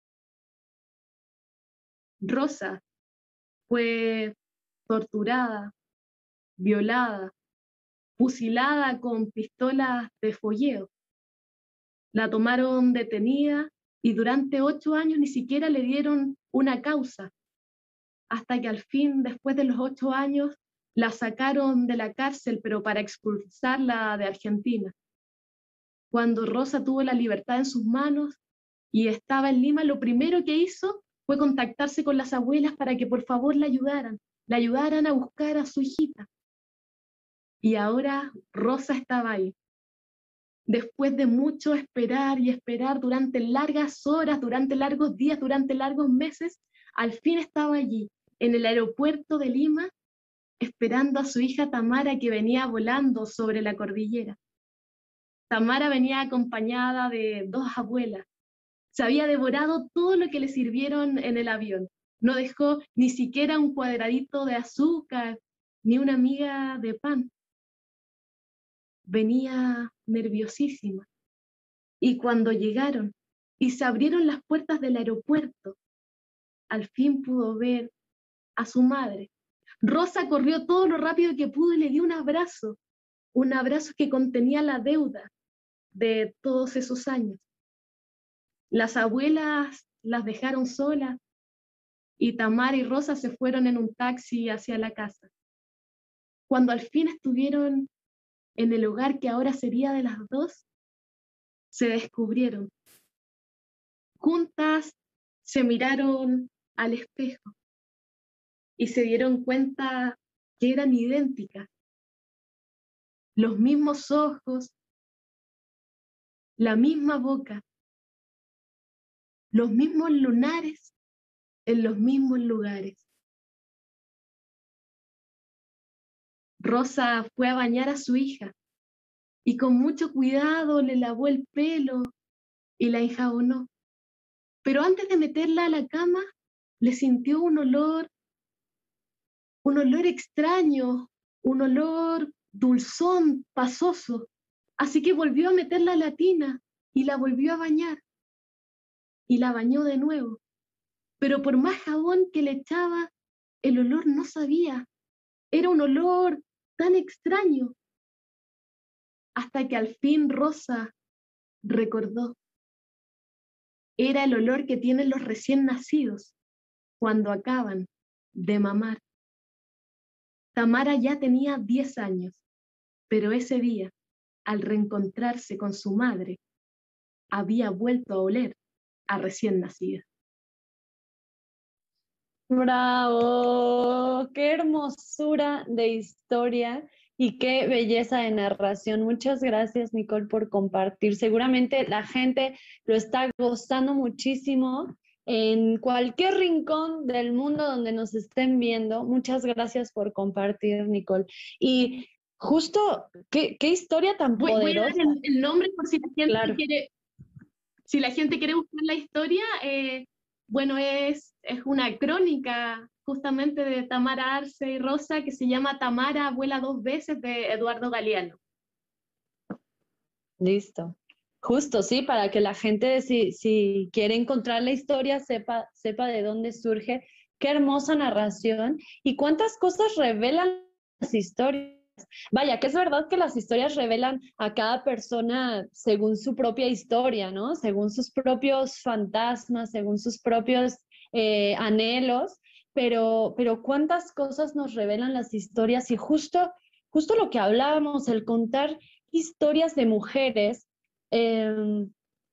F: Rosa fue torturada, violada, fusilada con pistolas de fogueo. La tomaron detenida y durante ocho años ni siquiera le dieron una causa, hasta que al fin, después de los ocho años, la sacaron de la cárcel, pero para expulsarla de Argentina. Cuando Rosa tuvo la libertad en sus manos y estaba en Lima, lo primero que hizo fue contactarse con las abuelas para que por favor la ayudaran, la ayudaran a buscar a su hijita. Y ahora Rosa estaba ahí. Después de mucho esperar y esperar durante largas horas, durante largos días, durante largos meses, al fin estaba allí, en el aeropuerto de Lima, esperando a su hija Tamara, que venía volando sobre la cordillera. Tamara venía acompañada de dos abuelas. Se había devorado todo lo que le sirvieron en el avión. No dejó ni siquiera un cuadradito de azúcar, ni una miga de pan. venía nerviosísima. Y cuando llegaron y se abrieron las puertas del aeropuerto, al fin pudo ver a su madre. Rosa corrió todo lo rápido que pudo y le dio un abrazo, un abrazo que contenía la deuda de todos esos años. Las abuelas las dejaron solas y Tamara y Rosa se fueron en un taxi hacia la casa. Cuando al fin estuvieron en el hogar que ahora sería de las dos, se descubrieron. Juntas se miraron al espejo y se dieron cuenta que eran idénticas. Los mismos ojos, la misma boca, los mismos lunares en los mismos lugares. Rosa fue a bañar a su hija y con mucho cuidado le lavó el pelo y la enjabonó. Pero antes de meterla a la cama, le sintió un olor, un olor extraño, un olor dulzón, pasoso. Así que volvió a meterla a la tina y la volvió a bañar. Y la bañó de nuevo. Pero por más jabón que le echaba, el olor no sabía. Era un olor tan extraño. Hasta que al fin Rosa recordó. Era el olor que tienen los recién nacidos cuando acaban de mamar. Tamara ya tenía diez años, pero ese día, al reencontrarse con su madre, había vuelto a oler a recién nacida.
D: ¡Bravo! ¡Qué hermosura de historia! Y qué belleza de narración. Muchas gracias, Nicole, por compartir. Seguramente la gente lo está gozando muchísimo en cualquier rincón del mundo donde nos estén viendo. Muchas gracias por compartir, Nicole. Y justo, qué, qué historia tan
F: voy,
D: poderosa.
F: Voy a dar el, el nombre por si la gente
D: Claro.
F: quiere, si la gente quiere buscar la historia. Eh, bueno, es, es una crónica justamente de Tamara Arce y Rosa, que se llama Tamara vuela dos veces, de Eduardo Galeano.
D: Listo. Justo, sí, para que la gente, si, si quiere encontrar la historia, sepa, sepa de dónde surge. Qué hermosa narración. Y cuántas cosas revelan las historias. Vaya, que es verdad que las historias revelan a cada persona según su propia historia, ¿no? Según sus propios fantasmas, según sus propios eh, anhelos. Pero, pero cuántas cosas nos revelan las historias y justo, justo lo que hablábamos, el contar historias de mujeres, eh,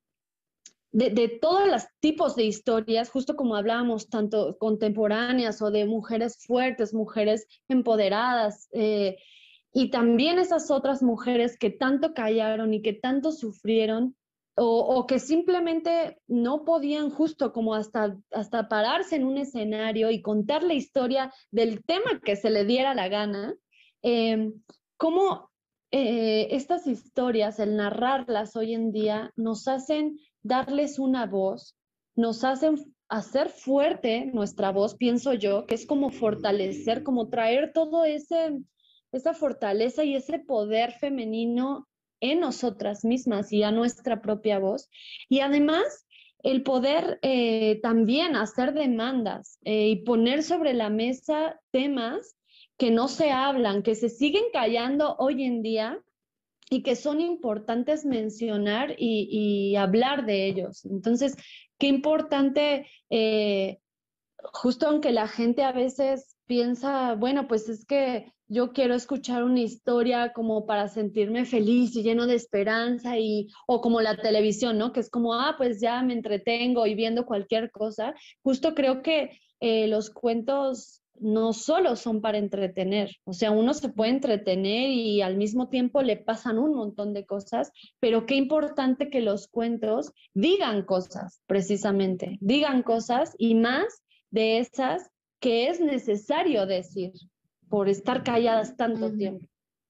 D: de, de todos los tipos de historias, justo como hablábamos, tanto contemporáneas o de mujeres fuertes, mujeres empoderadas, eh, y también esas otras mujeres que tanto callaron y que tanto sufrieron, O, o que simplemente no podían justo como hasta, hasta pararse en un escenario y contar la historia del tema que se le diera la gana, eh, cómo eh, estas historias, el narrarlas hoy en día, nos hacen darles una voz, nos hacen hacer fuerte nuestra voz, pienso yo, que es como fortalecer, como traer todo ese, esa fortaleza y ese poder femenino en nosotras mismas y a nuestra propia voz. Y además, el poder eh, también hacer demandas eh, y poner sobre la mesa temas que no se hablan, que se siguen callando hoy en día y que son importantes mencionar y, y hablar de ellos. Entonces, qué importante, eh, justo aunque la gente a veces piensa, bueno, pues es que yo quiero escuchar una historia como para sentirme feliz y lleno de esperanza, y, o como la televisión, ¿no? Que es como, ah, pues ya me entretengo y viendo cualquier cosa. Justo creo que eh, los cuentos no solo son para entretener, o sea, uno se puede entretener y al mismo tiempo le pasan un montón de cosas, pero qué importante que los cuentos digan cosas, precisamente, digan cosas y más de esas que es necesario decir por estar calladas tanto uh-huh. tiempo.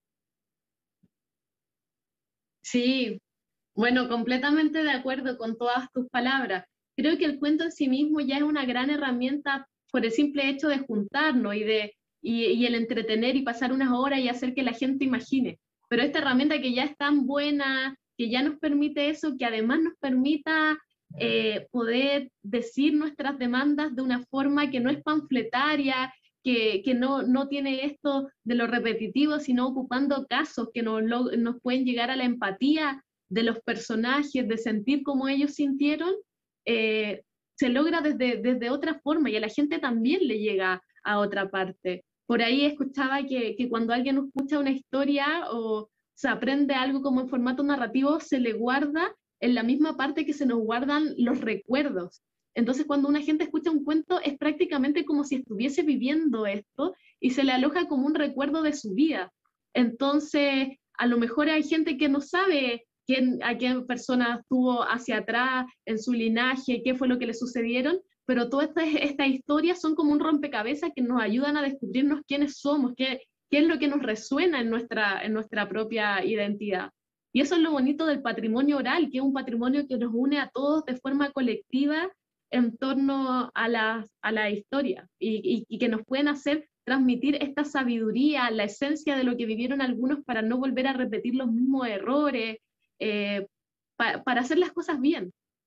F: Sí, bueno, completamente de acuerdo con todas tus palabras. Creo que el cuento en sí mismo ya es una gran herramienta por el simple hecho de juntarnos y, de, y, y el entretener y pasar unas horas y hacer que la gente imagine. pero esta herramienta que ya es tan buena, que ya nos permite eso, que además nos permita eh, poder decir nuestras demandas de una forma que no es panfletaria, que, que no, no tiene esto de lo repetitivo, sino ocupando casos que nos, lo, nos pueden llegar a la empatía de los personajes, de sentir cómo ellos sintieron, eh, se logra desde, desde otra forma y a la gente también le llega a otra parte. Por ahí escuchaba que, que cuando alguien escucha una historia o se aprende algo como en formato narrativo, se le guarda en la misma parte que se nos guardan los recuerdos. Entonces, cuando una gente escucha un cuento, es prácticamente como si estuviese viviendo esto y se le aloja como un recuerdo de su vida. Entonces, a lo mejor hay gente que no sabe quién, a qué persona estuvo hacia atrás en su linaje, qué fue lo que le sucedieron, pero todas estas esta historias son como un rompecabezas que nos ayudan a descubrirnos quiénes somos, qué, qué es lo que nos resuena en nuestra, en nuestra propia identidad. Y eso es lo bonito del patrimonio oral, que es un patrimonio que nos une a todos de forma colectiva en torno a la, a la historia y, y, y que nos pueden hacer transmitir esta sabiduría, la esencia de lo que vivieron algunos para no volver a repetir los mismos errores, eh, pa, para hacer las cosas bien.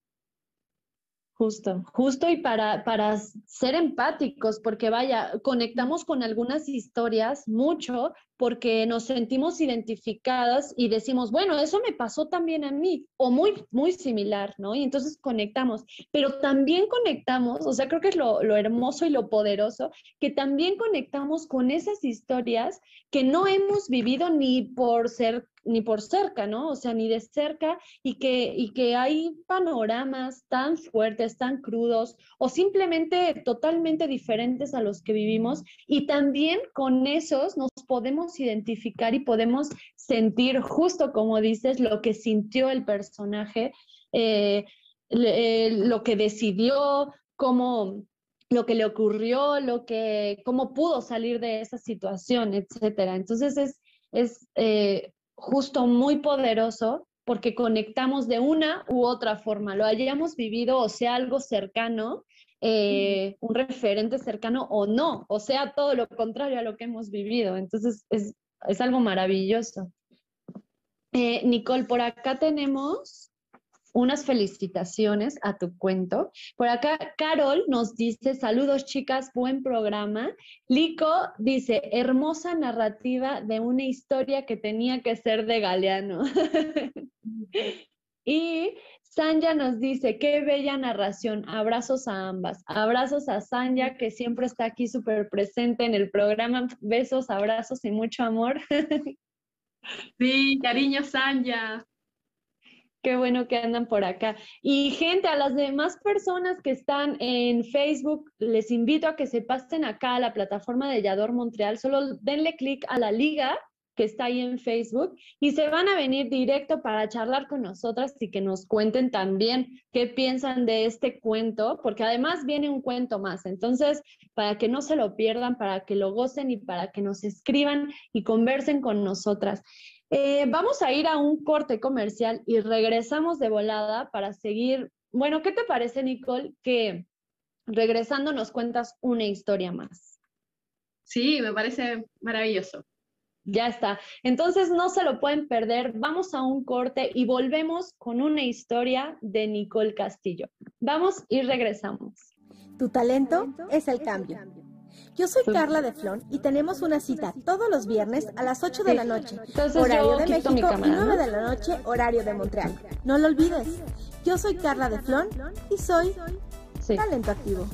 D: Justo, justo y para, para ser empáticos, porque vaya, conectamos con algunas historias mucho porque nos sentimos identificadas y decimos, bueno, eso me pasó también a mí, o muy, muy similar, ¿no? Y entonces conectamos, pero también conectamos, o sea, creo que es lo, lo hermoso y lo poderoso, que también conectamos con esas historias que no hemos vivido ni por ser ni por cerca, ¿no? O sea, ni de cerca, y que, y que hay panoramas tan fuertes, tan crudos, o simplemente totalmente diferentes a los que vivimos, y también con esos nos podemos identificar y podemos sentir, justo como dices, lo que sintió el personaje, eh, eh, lo que decidió, cómo lo que le ocurrió, lo que, cómo pudo salir de esa situación, etcétera. Entonces es, es eh, justo muy poderoso porque conectamos de una u otra forma, lo hayamos vivido o sea algo cercano, eh, un referente cercano o no, o sea todo lo contrario a lo que hemos vivido. Entonces es, es algo maravilloso. Eh, Nicole, por acá tenemos unas felicitaciones a tu cuento. Por acá, Carol nos dice, saludos chicas, buen programa. Lico dice, hermosa narrativa de una historia que tenía que ser de Galeano. Y Sanja nos dice, qué bella narración, abrazos a ambas. Abrazos a Sanja, que siempre está aquí súper presente en el programa. Besos, abrazos y mucho amor.
F: Sí, cariño Sanja.
D: Qué bueno que andan por acá. Y gente, a las demás personas que están en Facebook, les invito a que se pasen acá a la plataforma de Yador Montreal. Solo denle clic a la liga que está ahí en Facebook y se van a venir directo para charlar con nosotras y que nos cuenten también qué piensan de este cuento, porque además viene un cuento más. Entonces, para que no se lo pierdan, para que lo gocen y para que nos escriban y conversen con nosotras. Eh, vamos a ir a un corte comercial y regresamos de volada para seguir. Bueno, ¿qué te parece, Nicole, que regresando nos cuentas una historia más?
F: Sí, me parece maravilloso.
D: Ya está. Entonces no se lo pueden perder. Vamos a un corte y volvemos con una historia de Nicole Castillo. Vamos y regresamos.
G: Tu talento es el cambio. Yo soy Carla de Flon y tenemos una cita todos los viernes a las ocho de la noche,
D: Entonces,
G: horario de México,
D: cámara,
G: y nueve
D: ¿no?
G: de la noche, horario de Montreal. No lo olvides. Yo soy Carla de Flon y soy
D: Sí.
G: talento activo.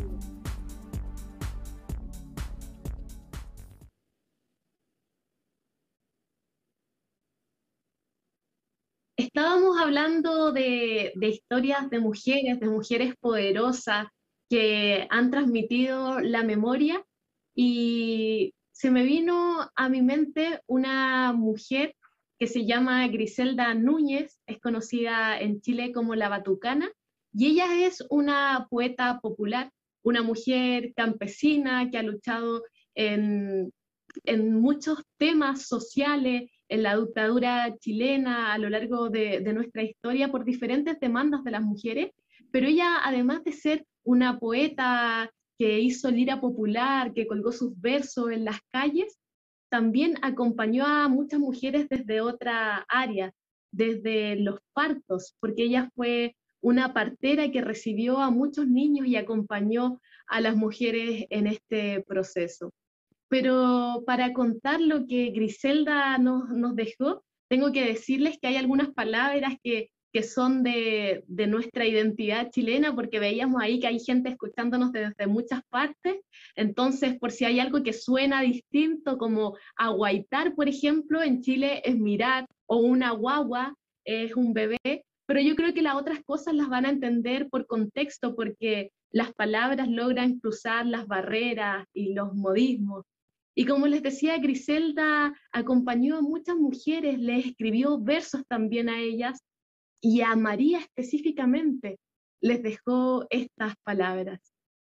F: Estábamos hablando de, de historias de mujeres, de mujeres poderosas que han transmitido la memoria y se me vino a mi mente una mujer que se llama Griselda Núñez, es conocida en Chile como la Batucana, y ella es una poeta popular, una mujer campesina que ha luchado en, en muchos temas sociales, en la dictadura chilena a lo largo de, de nuestra historia por diferentes demandas de las mujeres, pero ella, además de ser una poeta que hizo lira popular, que colgó sus versos en las calles, también acompañó a muchas mujeres desde otra área, desde los partos, porque ella fue una partera que recibió a muchos niños y acompañó a las mujeres en este proceso. Pero para contar lo que Griselda nos, nos dejó, tengo que decirles que hay algunas palabras que, que son de, de nuestra identidad chilena, porque veíamos ahí que hay gente escuchándonos desde muchas partes. Entonces, por si hay algo que suena distinto, como aguaitar, por ejemplo, en Chile es mirar, o una guagua es un bebé, pero yo creo que las otras cosas las van a entender por contexto, porque las palabras logran cruzar las barreras y los modismos. Y como les decía, Griselda acompañó a muchas mujeres, les escribió versos también a ellas, y a María específicamente les dejó estas palabras.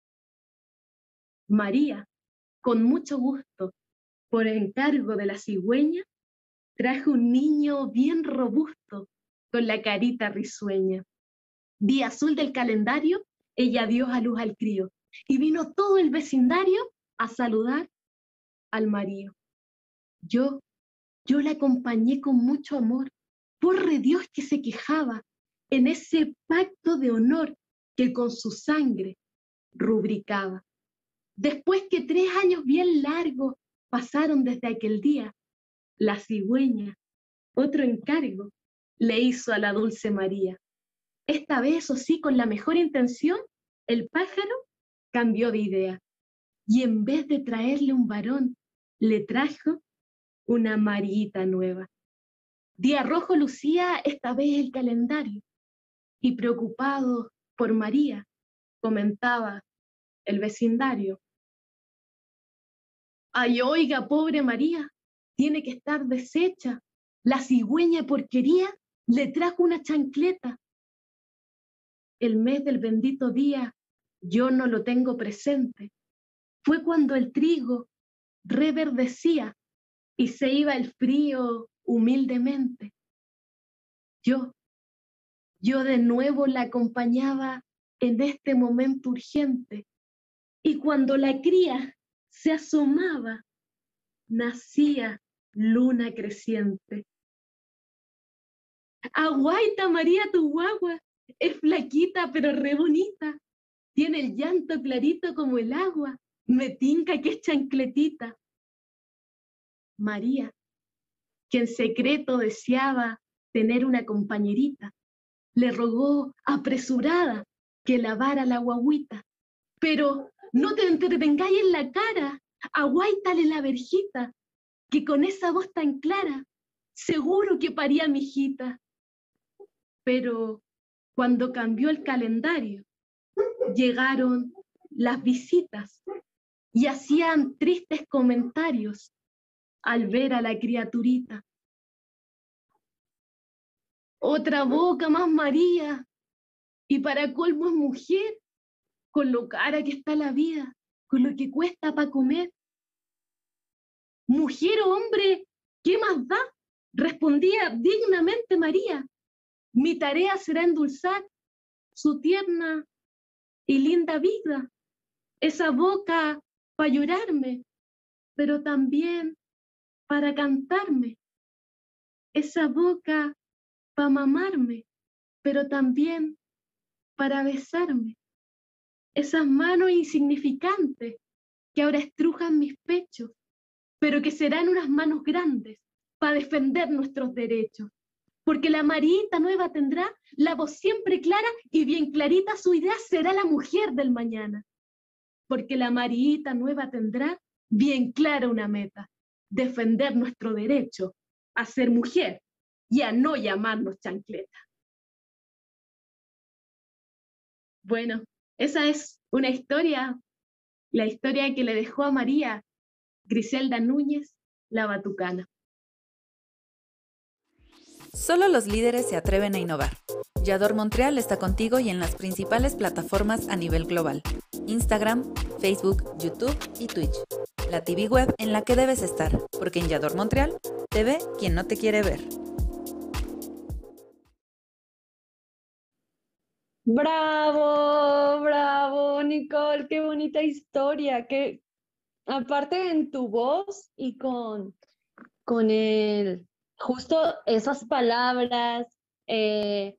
F: María, con mucho gusto, por encargo de la cigüeña, traje un niño bien robusto, con la carita risueña. Día azul del calendario, ella dio a luz al crío, y vino todo el vecindario a saludar al marido. Yo, yo la acompañé con mucho amor, porre Dios que se quejaba, en ese pacto de honor que con su sangre rubricaba. Después que tres años bien largos pasaron desde aquel día, la cigüeña, otro encargo, le hizo a la dulce María. Esta vez, o sí, con la mejor intención, el pájaro cambió de idea, y en vez de traerle un varón, le trajo una Marita nueva. Día rojo lucía esta vez el calendario, y preocupado por María, comentaba el vecindario. Ay, oiga, pobre María, tiene que estar deshecha. La cigüeña porquería le trajo una chancleta. El mes del bendito día yo no lo tengo presente. Fue cuando el trigo reverdecía y se iba el frío humildemente. Yo, yo de nuevo la acompañaba en este momento urgente, y cuando la cría se asomaba, nacía luna creciente. Aguaita María tu guagua, es flaquita pero re bonita, tiene el llanto clarito como el agua, me tinca que es chancletita. María, que en secreto deseaba tener una compañerita, le rogó apresurada que lavara la guagüita. Pero no te entretengáis en la cara, aguáitale la verjita, que con esa voz tan clara, seguro que paría mi hijita. Pero cuando cambió el calendario, llegaron las visitas y hacían tristes comentarios al ver a la criaturita. Otra boca más María, y para colmo es mujer, con lo cara que está la vida, con lo que cuesta para comer. Mujer o hombre, ¿qué más da? Respondía dignamente María. Mi tarea será endulzar su tierna y linda vida, esa boca para llorarme, pero también para cantarme, esa boca para mamarme, pero también para besarme, esas manos insignificantes que ahora estrujan mis pechos, pero que serán unas manos grandes para defender nuestros derechos. Porque la Marita nueva tendrá la voz siempre clara y bien clarita su idea será la mujer del mañana. Porque la Marita nueva tendrá bien clara una meta, defender nuestro derecho a ser mujer y a no llamarnos chancleta. Bueno, esa es una historia, la historia que le dejó a María Griselda Núñez, la batucana.
E: Solo los líderes se atreven a innovar. Yador Montreal está contigo y en las principales plataformas a nivel global. Instagram, Facebook, YouTube y Twitch. La T V web en la que debes estar, porque en Yador Montreal te ve quien no te quiere ver.
D: Bravo, bravo, Nicole, qué bonita historia, qué, aparte en tu voz y con, con el, justo esas palabras, eh,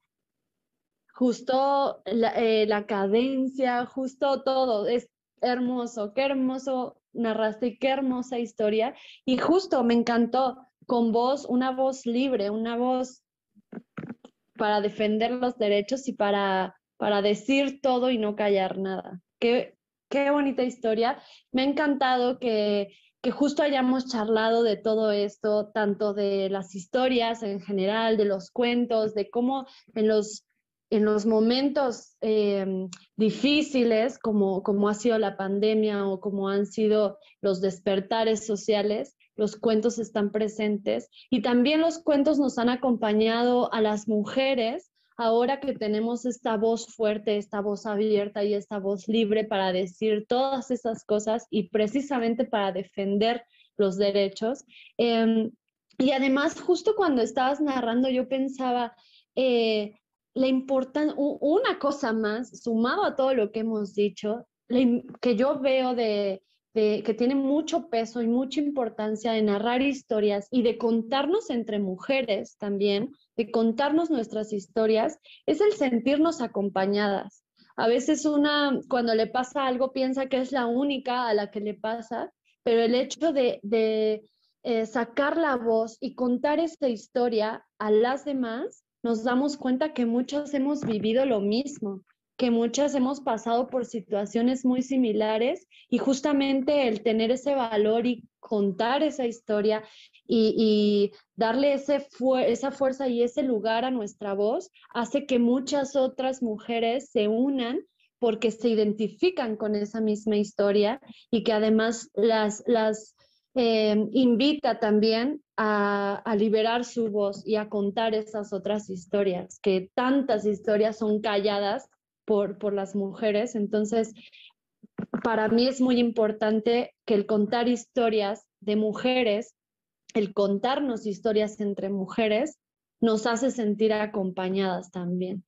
D: justo la, eh, la cadencia, justo todo, es hermoso, qué hermoso narraste y qué hermosa historia. Y justo me encantó con voz, una voz libre, una voz para defender los derechos y para, para decir todo y no callar nada. Qué, qué bonita historia. Me ha encantado que, que justo hayamos charlado de todo esto, tanto de las historias en general, de los cuentos, de cómo en los, en los momentos eh, difíciles, como, como ha sido la pandemia o como han sido los despertares sociales, los cuentos están presentes y también los cuentos nos han acompañado a las mujeres ahora que tenemos esta voz fuerte, esta voz abierta y esta voz libre para decir todas esas cosas y precisamente para defender los derechos. Eh, y además, justo cuando estabas narrando, yo pensaba, eh, la importan una cosa más, sumado a todo lo que hemos dicho, que yo veo de, de, que tiene mucho peso y mucha importancia de narrar historias y de contarnos entre mujeres también, de contarnos nuestras historias, es el sentirnos acompañadas. A veces una, cuando le pasa algo, piensa que es la única a la que le pasa, pero el hecho de, de eh, sacar la voz y contar esta historia a las demás, nos damos cuenta que muchas hemos vivido lo mismo, que muchas hemos pasado por situaciones muy similares y justamente el tener ese valor y contar esa historia y, y darle ese fu esa fuerza y ese lugar a nuestra voz hace que muchas otras mujeres se unan porque se identifican con esa misma historia y que además las, las eh, invita también a, a liberar su voz y a contar esas otras historias, que tantas historias son calladas por, por las mujeres. Entonces, para mí es muy importante que el contar historias de mujeres, el contarnos historias entre mujeres, nos hace sentir acompañadas también.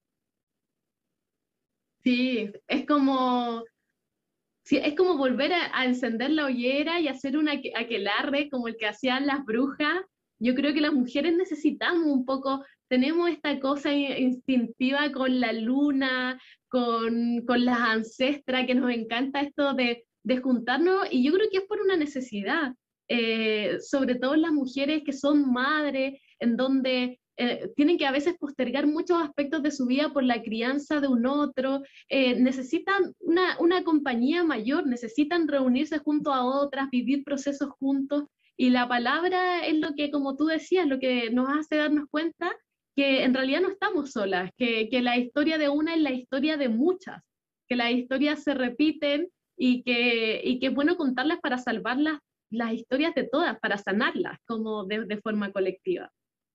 F: Sí, es como, sí, es como volver a, a encender la hoguera y hacer un aqu- aquelarre como el que hacían las brujas. Yo creo que las mujeres necesitamos un poco, tenemos esta cosa in- instintiva con la luna, con, con las ancestras, que nos encanta esto de, de juntarnos, y yo creo que es por una necesidad. Eh, sobre todo las mujeres que son madres, en donde eh, tienen que a veces postergar muchos aspectos de su vida por la crianza de un otro, eh, necesitan una, una compañía mayor, necesitan reunirse junto a otras, vivir procesos juntos, y la palabra es lo que, como tú decías, lo que nos hace darnos cuenta que en realidad no estamos solas, que, que la historia de una es la historia de muchas, que las historias se repiten y que, y que es bueno contarlas para salvar las, las historias de todas, para sanarlas como de, de forma colectiva.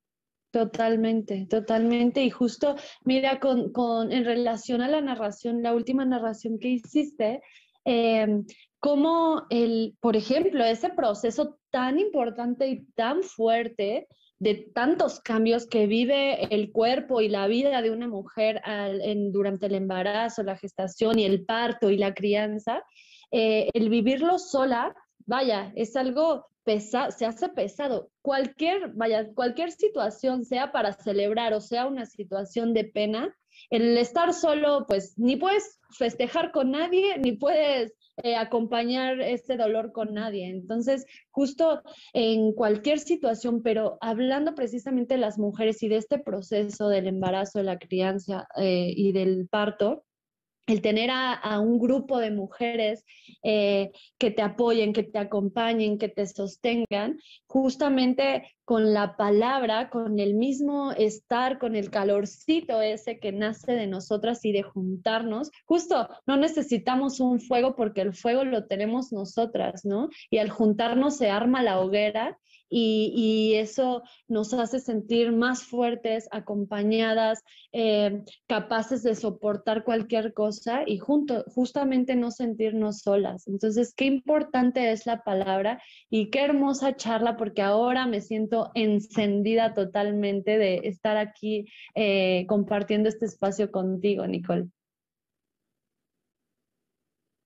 D: Totalmente, totalmente. Y justo, mira, con, con, en relación a la narración, la última narración que hiciste, eh, cómo el, por ejemplo, ese proceso tan importante y tan fuerte de tantos cambios que vive el cuerpo y la vida de una mujer al, en, durante el embarazo, la gestación y el parto y la crianza, eh, el vivirlo sola, vaya, es algo pesado, se hace pesado. Cualquier, vaya, cualquier situación, sea para celebrar o sea una situación de pena, el estar solo, pues ni puedes festejar con nadie, ni puedes eh, acompañar ese dolor con nadie. Entonces, justo en cualquier situación, pero hablando precisamente de las mujeres y de este proceso del embarazo, de la crianza eh, y del parto, el tener a, a, un grupo de mujeres eh, que te apoyen, que te acompañen, que te sostengan, justamente con la palabra, con el mismo estar, con el calorcito ese que nace de nosotras y de juntarnos. Justo no necesitamos un fuego porque el fuego lo tenemos nosotras, ¿no? Y al juntarnos se arma la hoguera. Y, y eso nos hace sentir más fuertes, acompañadas, eh, capaces de soportar cualquier cosa y junto, justamente no sentirnos solas. Entonces, qué importante es la palabra y qué hermosa charla, porque ahora me siento encendida totalmente de estar aquí eh, compartiendo este espacio contigo, Nicole.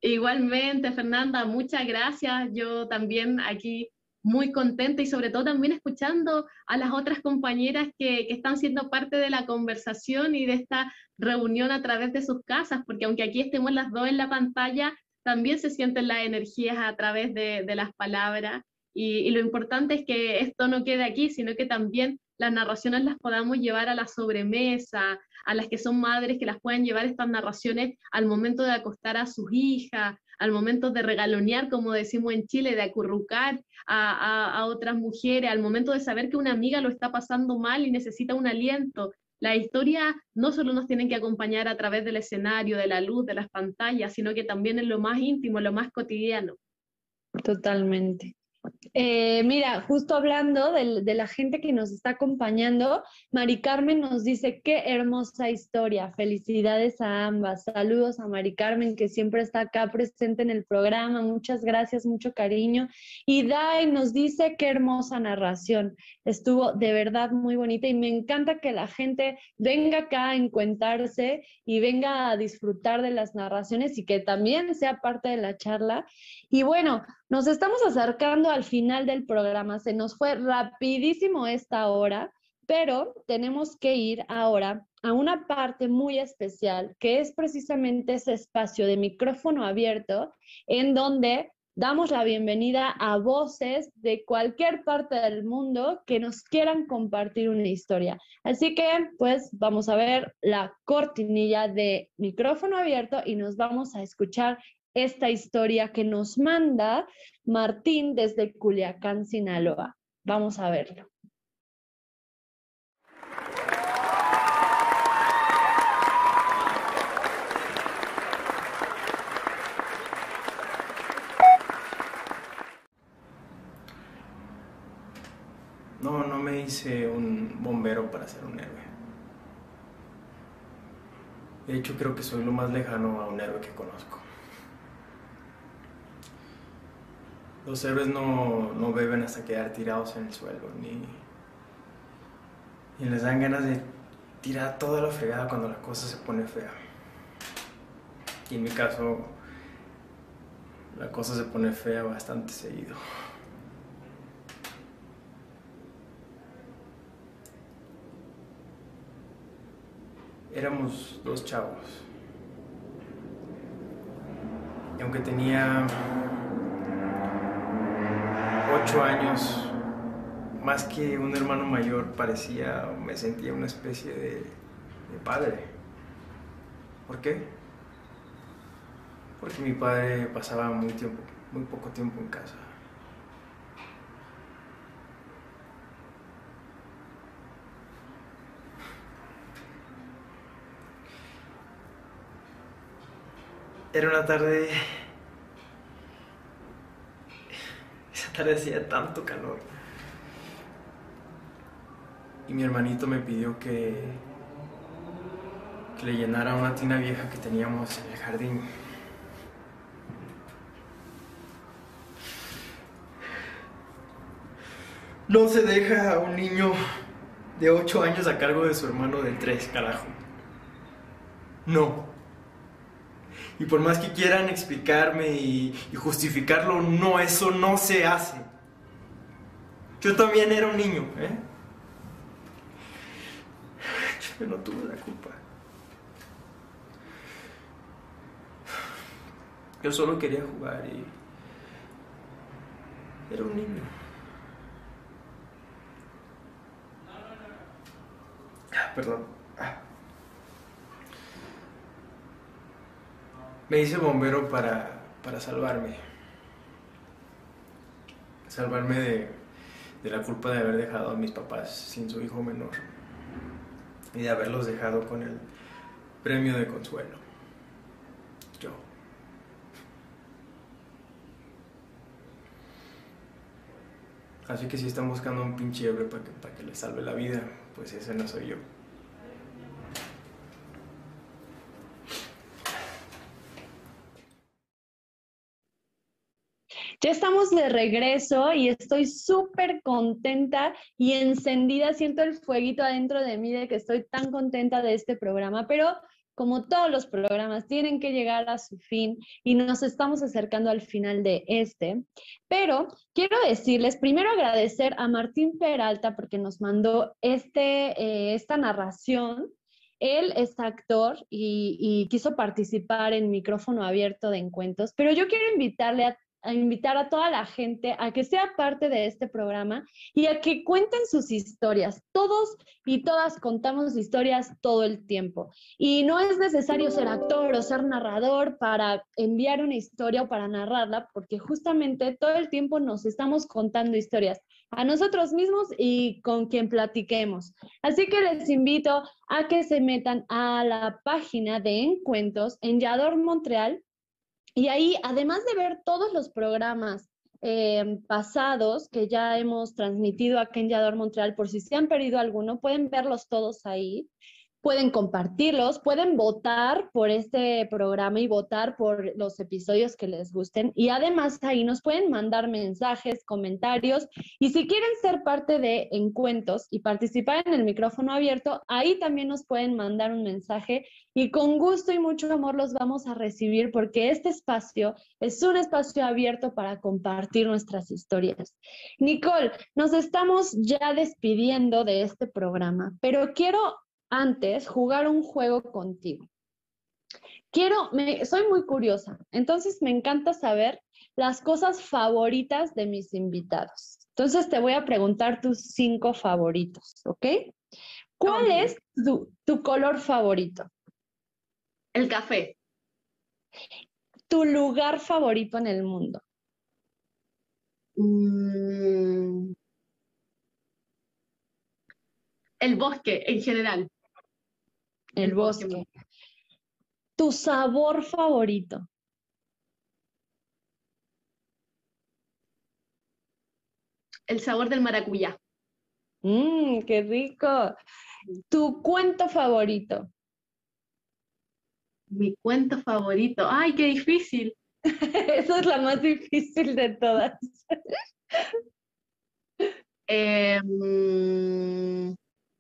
F: Igualmente, Fernanda, muchas gracias. Yo también aquí muy contenta y sobre todo también escuchando a las otras compañeras que, que están siendo parte de la conversación y de esta reunión a través de sus casas, porque aunque aquí estemos las dos en la pantalla, también se sienten las energías a través de, de las palabras. Y, y lo importante es que esto no quede aquí, sino que también las narraciones las podamos llevar a la sobremesa, a las que son madres que las puedan llevar estas narraciones al momento de acostar a sus hijas, al momento de regalonear, como decimos en Chile, de acurrucar a, a, a otras mujeres, al momento de saber que una amiga lo está pasando mal y necesita un aliento. La historia no solo nos tienen que acompañar a través del escenario, de la luz, de las pantallas, sino que también en lo más íntimo, en lo más cotidiano.
D: Totalmente. Eh, mira, justo hablando de, de la gente que nos está acompañando, Mari Carmen nos dice, qué hermosa historia, felicidades a ambas, saludos a Mari Carmen que siempre está acá presente en el programa, muchas gracias, mucho cariño, y Dai nos dice, qué hermosa narración, estuvo de verdad muy bonita y me encanta que la gente venga acá a encuentarse y venga a disfrutar de las narraciones y que también sea parte de la charla. Y bueno, nos estamos acercando al final del programa, se nos fue rapidísimo esta hora, pero tenemos que ir ahora a una parte muy especial, que es precisamente ese espacio de micrófono abierto, en donde damos la bienvenida a voces de cualquier parte del mundo que nos quieran compartir una historia. Así que, pues, vamos a ver la cortinilla de micrófono abierto y nos vamos a escuchar esta historia que nos manda Martín desde Culiacán, Sinaloa. Vamos a verlo.
H: No, no me hice un bombero para ser un héroe. De hecho, creo que soy lo más lejano a un héroe que conozco. Los héroes no, no beben hasta quedar tirados en el suelo, ni, ni les dan ganas de tirar toda la fregada cuando la cosa se pone fea. Y en mi caso, la cosa se pone fea bastante seguido. Éramos dos chavos. Y aunque tenía ocho años, más que un hermano mayor, parecía, me sentía una especie de, de padre. ¿Por qué? Porque mi padre pasaba muy tiempo, muy poco tiempo en casa. Era una tarde... Esa tarde hacía tanto calor. Y mi hermanito me pidió que... que le llenara una tina vieja que teníamos en el jardín. No se deja a un niño de ocho años a cargo de su hermano de tres, carajo. No. Y por más que quieran explicarme y, y justificarlo, no, eso no se hace. Yo también era un niño, ¿eh? Yo no tuve la culpa. Yo solo quería jugar y... era un niño. Ah, perdón. Ah. Me hice bombero para, para salvarme. Salvarme de, de la culpa de haber dejado a mis papás sin su hijo menor. Y de haberlos dejado con el premio de consuelo. Yo. Así que si están buscando un pinche héroe para que, para que les salve la vida, pues ese no soy yo.
D: Ya estamos de regreso y estoy súper contenta y encendida. Siento el fueguito adentro de mí de que estoy tan contenta de este programa. Pero como todos los programas, tienen que llegar a su fin y nos estamos acercando al final de este. Pero quiero decirles, primero agradecer a Martín Peralta porque nos mandó este, eh, esta narración. Él es actor y, y quiso participar en Micrófono Abierto de Encuentros, pero yo quiero invitarle a a invitar a toda la gente a que sea parte de este programa y a que cuenten sus historias. Todos y todas contamos historias todo el tiempo. Y no es necesario ser actor o ser narrador para enviar una historia o para narrarla, porque justamente todo el tiempo nos estamos contando historias a nosotros mismos y con quien platiquemos. Así que les invito a que se metan a la página de Encuentros en Yador Montreal. Y ahí, además de ver todos los programas eh, pasados que ya hemos transmitido aquí en Yador Montreal, por si se han perdido alguno, pueden verlos todos ahí, pueden compartirlos, pueden votar por este programa y votar por los episodios que les gusten. Y además ahí nos pueden mandar mensajes, comentarios. Y si quieren ser parte de Encuentros y participar en el micrófono abierto, ahí también nos pueden mandar un mensaje y con gusto y mucho amor los vamos a recibir porque este espacio es un espacio abierto para compartir nuestras historias. Nicole, nos estamos ya despidiendo de este programa, pero quiero antes jugar un juego contigo. Quiero, me, soy muy curiosa, entonces me encanta saber las cosas favoritas de mis invitados. Entonces te voy a preguntar tus cinco favoritos, ¿ok? ¿Cuál
F: Okay.
D: es tu, tu color favorito?
F: El café.
D: ¿Tu lugar favorito en el mundo?
F: Mm, el bosque en general.
D: El,
F: El
D: bosque.
F: bosque.
D: ¿Tu sabor favorito?
F: El sabor del maracuyá.
D: Mmm, qué rico. ¿Tu cuento favorito?
F: Mi cuento favorito. ¡Ay, qué difícil!
D: Esa es la más difícil de todas.
F: Eh, mm,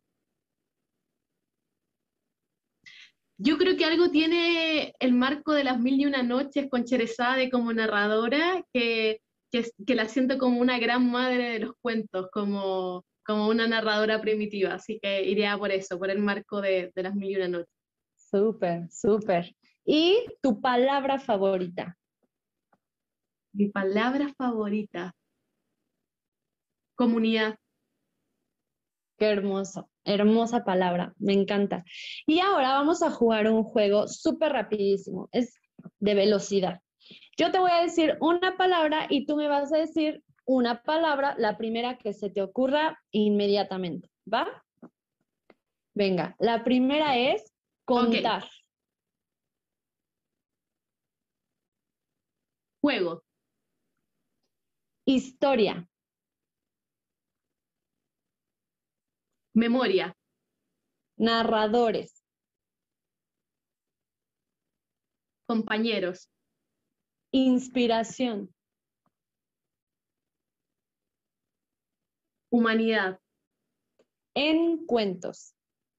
F: yo creo que algo tiene el marco de Las Mil y Una Noches con Sherezade como narradora, que, que, que la siento como una gran madre de los cuentos, como, como una narradora primitiva. Así que iría por eso, por el marco de, de Las Mil y Una Noches.
D: Súper, súper. ¿Y tu palabra favorita?
F: Mi palabra favorita. Comunidad.
D: Qué hermoso, hermosa palabra, me encanta. Y ahora vamos a jugar un juego súper rapidísimo, es de velocidad. Yo te voy a decir una palabra y tú me vas a decir una palabra, la primera que se te ocurra inmediatamente, ¿va? Venga, la primera es contar.
F: Okay. Juego.
D: Historia.
F: Memoria.
D: Narradores.
F: Compañeros.
D: Inspiración.
F: Humanidad.
D: Encuentros.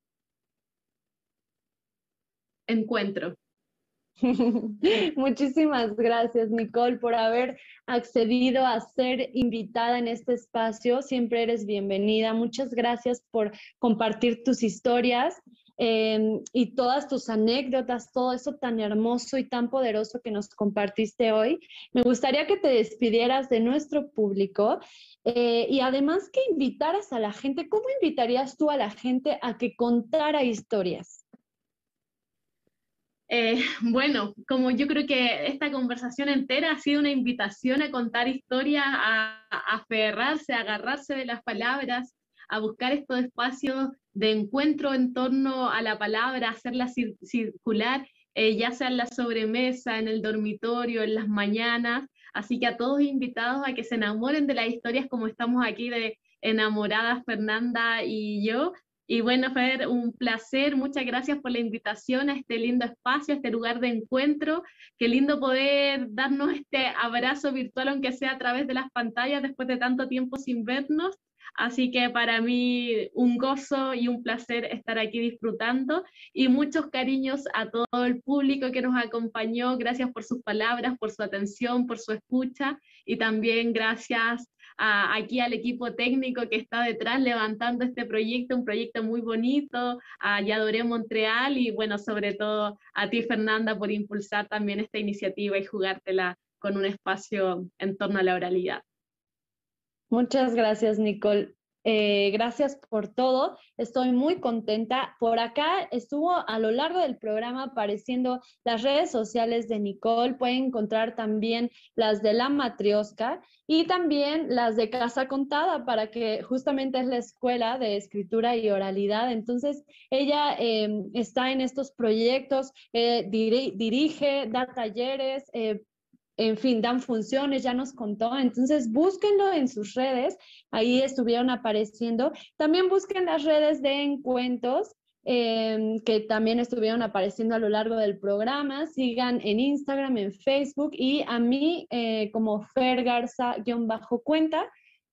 F: Encuentro.
D: Muchísimas gracias, Nicole, por haber accedido a ser invitada en este espacio. Siempre eres bienvenida. Muchas gracias por compartir tus historias eh, y todas tus anécdotas, todo eso tan hermoso y tan poderoso que nos compartiste hoy. Me gustaría que te despidieras de nuestro público eh, y además que invitaras a la gente. ¿Cómo invitarías tú a la gente a que contara historias?
F: Eh, bueno, como yo creo que esta conversación entera ha sido una invitación a contar historias, a, a aferrarse, a agarrarse de las palabras, a buscar estos espacios de encuentro en torno a la palabra, hacerla cir circular, eh, ya sea en la sobremesa, en el dormitorio, en las mañanas. Así que a todos invitados a que se enamoren de las historias como estamos aquí de enamoradas Fernanda y yo. Y bueno, Fer, un placer, muchas gracias por la invitación a este lindo espacio, a este lugar de encuentro. Qué lindo poder darnos este abrazo virtual, aunque sea a través de las pantallas, después de tanto tiempo sin vernos. Así que para mí un gozo y un placer estar aquí disfrutando, y muchos cariños a todo el público que nos acompañó. Gracias por sus palabras, por su atención, por su escucha, y también gracias a, aquí al equipo técnico que está detrás levantando este proyecto, un proyecto muy bonito, a Yadoré Montreal, y bueno, sobre todo a ti, Fernanda, por impulsar también esta iniciativa y jugártela con un espacio en torno a la oralidad.
D: Muchas gracias, Nicole. Eh, gracias por todo. Estoy muy contenta. Por acá estuvo a lo largo del programa apareciendo las redes sociales de Nicole. Pueden encontrar también las de La Matrioska y también las de Casa Contada, para que justamente es la escuela de escritura y oralidad. Entonces, ella eh, está en estos proyectos, eh, diri dirige, da talleres, eh, en fin, dan funciones, ya nos contó. Entonces búsquenlo en sus redes, ahí estuvieron apareciendo. También busquen las redes de Encuentros, eh, que también estuvieron apareciendo a lo largo del programa. Sigan en Instagram, en Facebook, y a mí eh, como Fer Garza-cuenta.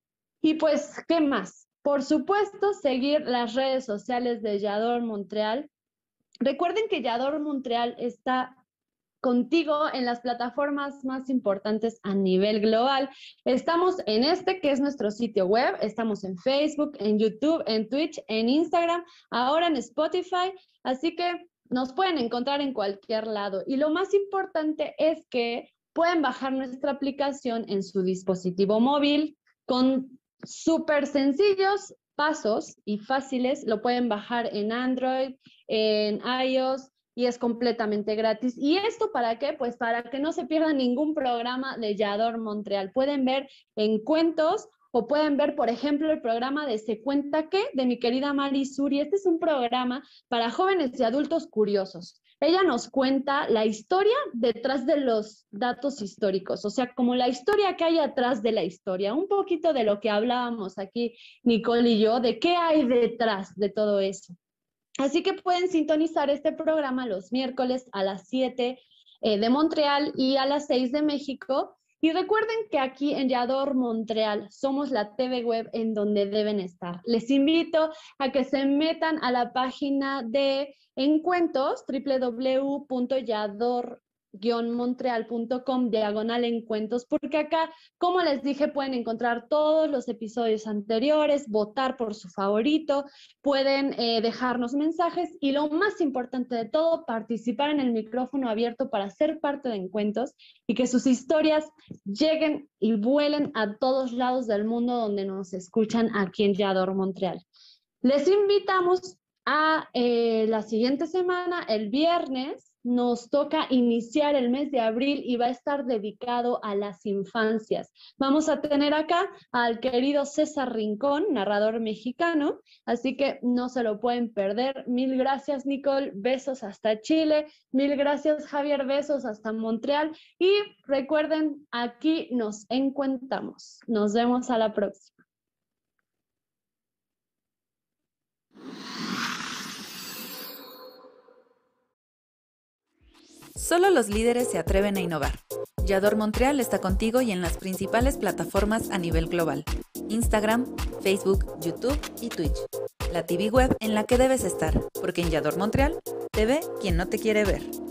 D: Y pues, ¿qué más? Por supuesto, seguir las redes sociales de Yador Montreal. Recuerden que Yador Montreal está contigo en las plataformas más importantes a nivel global. Estamos en este, que es nuestro sitio web, estamos en Facebook, en YouTube, en Twitch, en Instagram, ahora en Spotify, así que nos pueden encontrar en cualquier lado. Y lo más importante es que pueden bajar nuestra aplicación en su dispositivo móvil con súper sencillos pasos y fáciles. Lo pueden bajar en Android, en iOS, y es completamente gratis. ¿Y esto para qué? Pues para que no se pierdan ningún programa de Yador Montreal. Pueden ver Encuentros, o pueden ver, por ejemplo, el programa de Se Cuenta Qué, de mi querida Mari Suri. Este es un programa para jóvenes y adultos curiosos. Ella nos cuenta la historia detrás de los datos históricos, o sea, como la historia que hay atrás de la historia, un poquito de lo que hablábamos aquí Nicole y yo, de qué hay detrás de todo eso. Así que pueden sintonizar este programa los miércoles a las siete eh, de Montreal y a las seis de México. Y recuerden que aquí en Yador Montreal somos la T V web en donde deben estar. Les invito a que se metan a la página de Encuentros, doble u doble u doble u punto yador guion montreal punto com, diagonal Encuentros, porque acá, como les dije, pueden encontrar todos los episodios anteriores, votar por su favorito, pueden eh, dejarnos mensajes y, lo más importante de todo, participar en el micrófono abierto para ser parte de Encuentros y que sus historias lleguen y vuelen a todos lados del mundo donde nos escuchan aquí en Yador Montreal. Les invitamos a eh, la siguiente semana, el viernes. Nos toca iniciar el mes de abril y va a estar dedicado a las infancias. Vamos a tener acá al querido César Rincón, narrador mexicano, así que no se lo pueden perder. Mil gracias, Nicole, besos hasta Chile. Mil gracias, Javier, besos hasta Montreal. Y recuerden, aquí nos encontramos. Nos vemos a la próxima.
E: Solo los líderes se atreven a innovar. Yador Montreal está contigo y en las principales plataformas a nivel global: Instagram, Facebook, YouTube y Twitch. La T V web en la que debes estar, porque en Yador Montreal te ve quien no te quiere ver.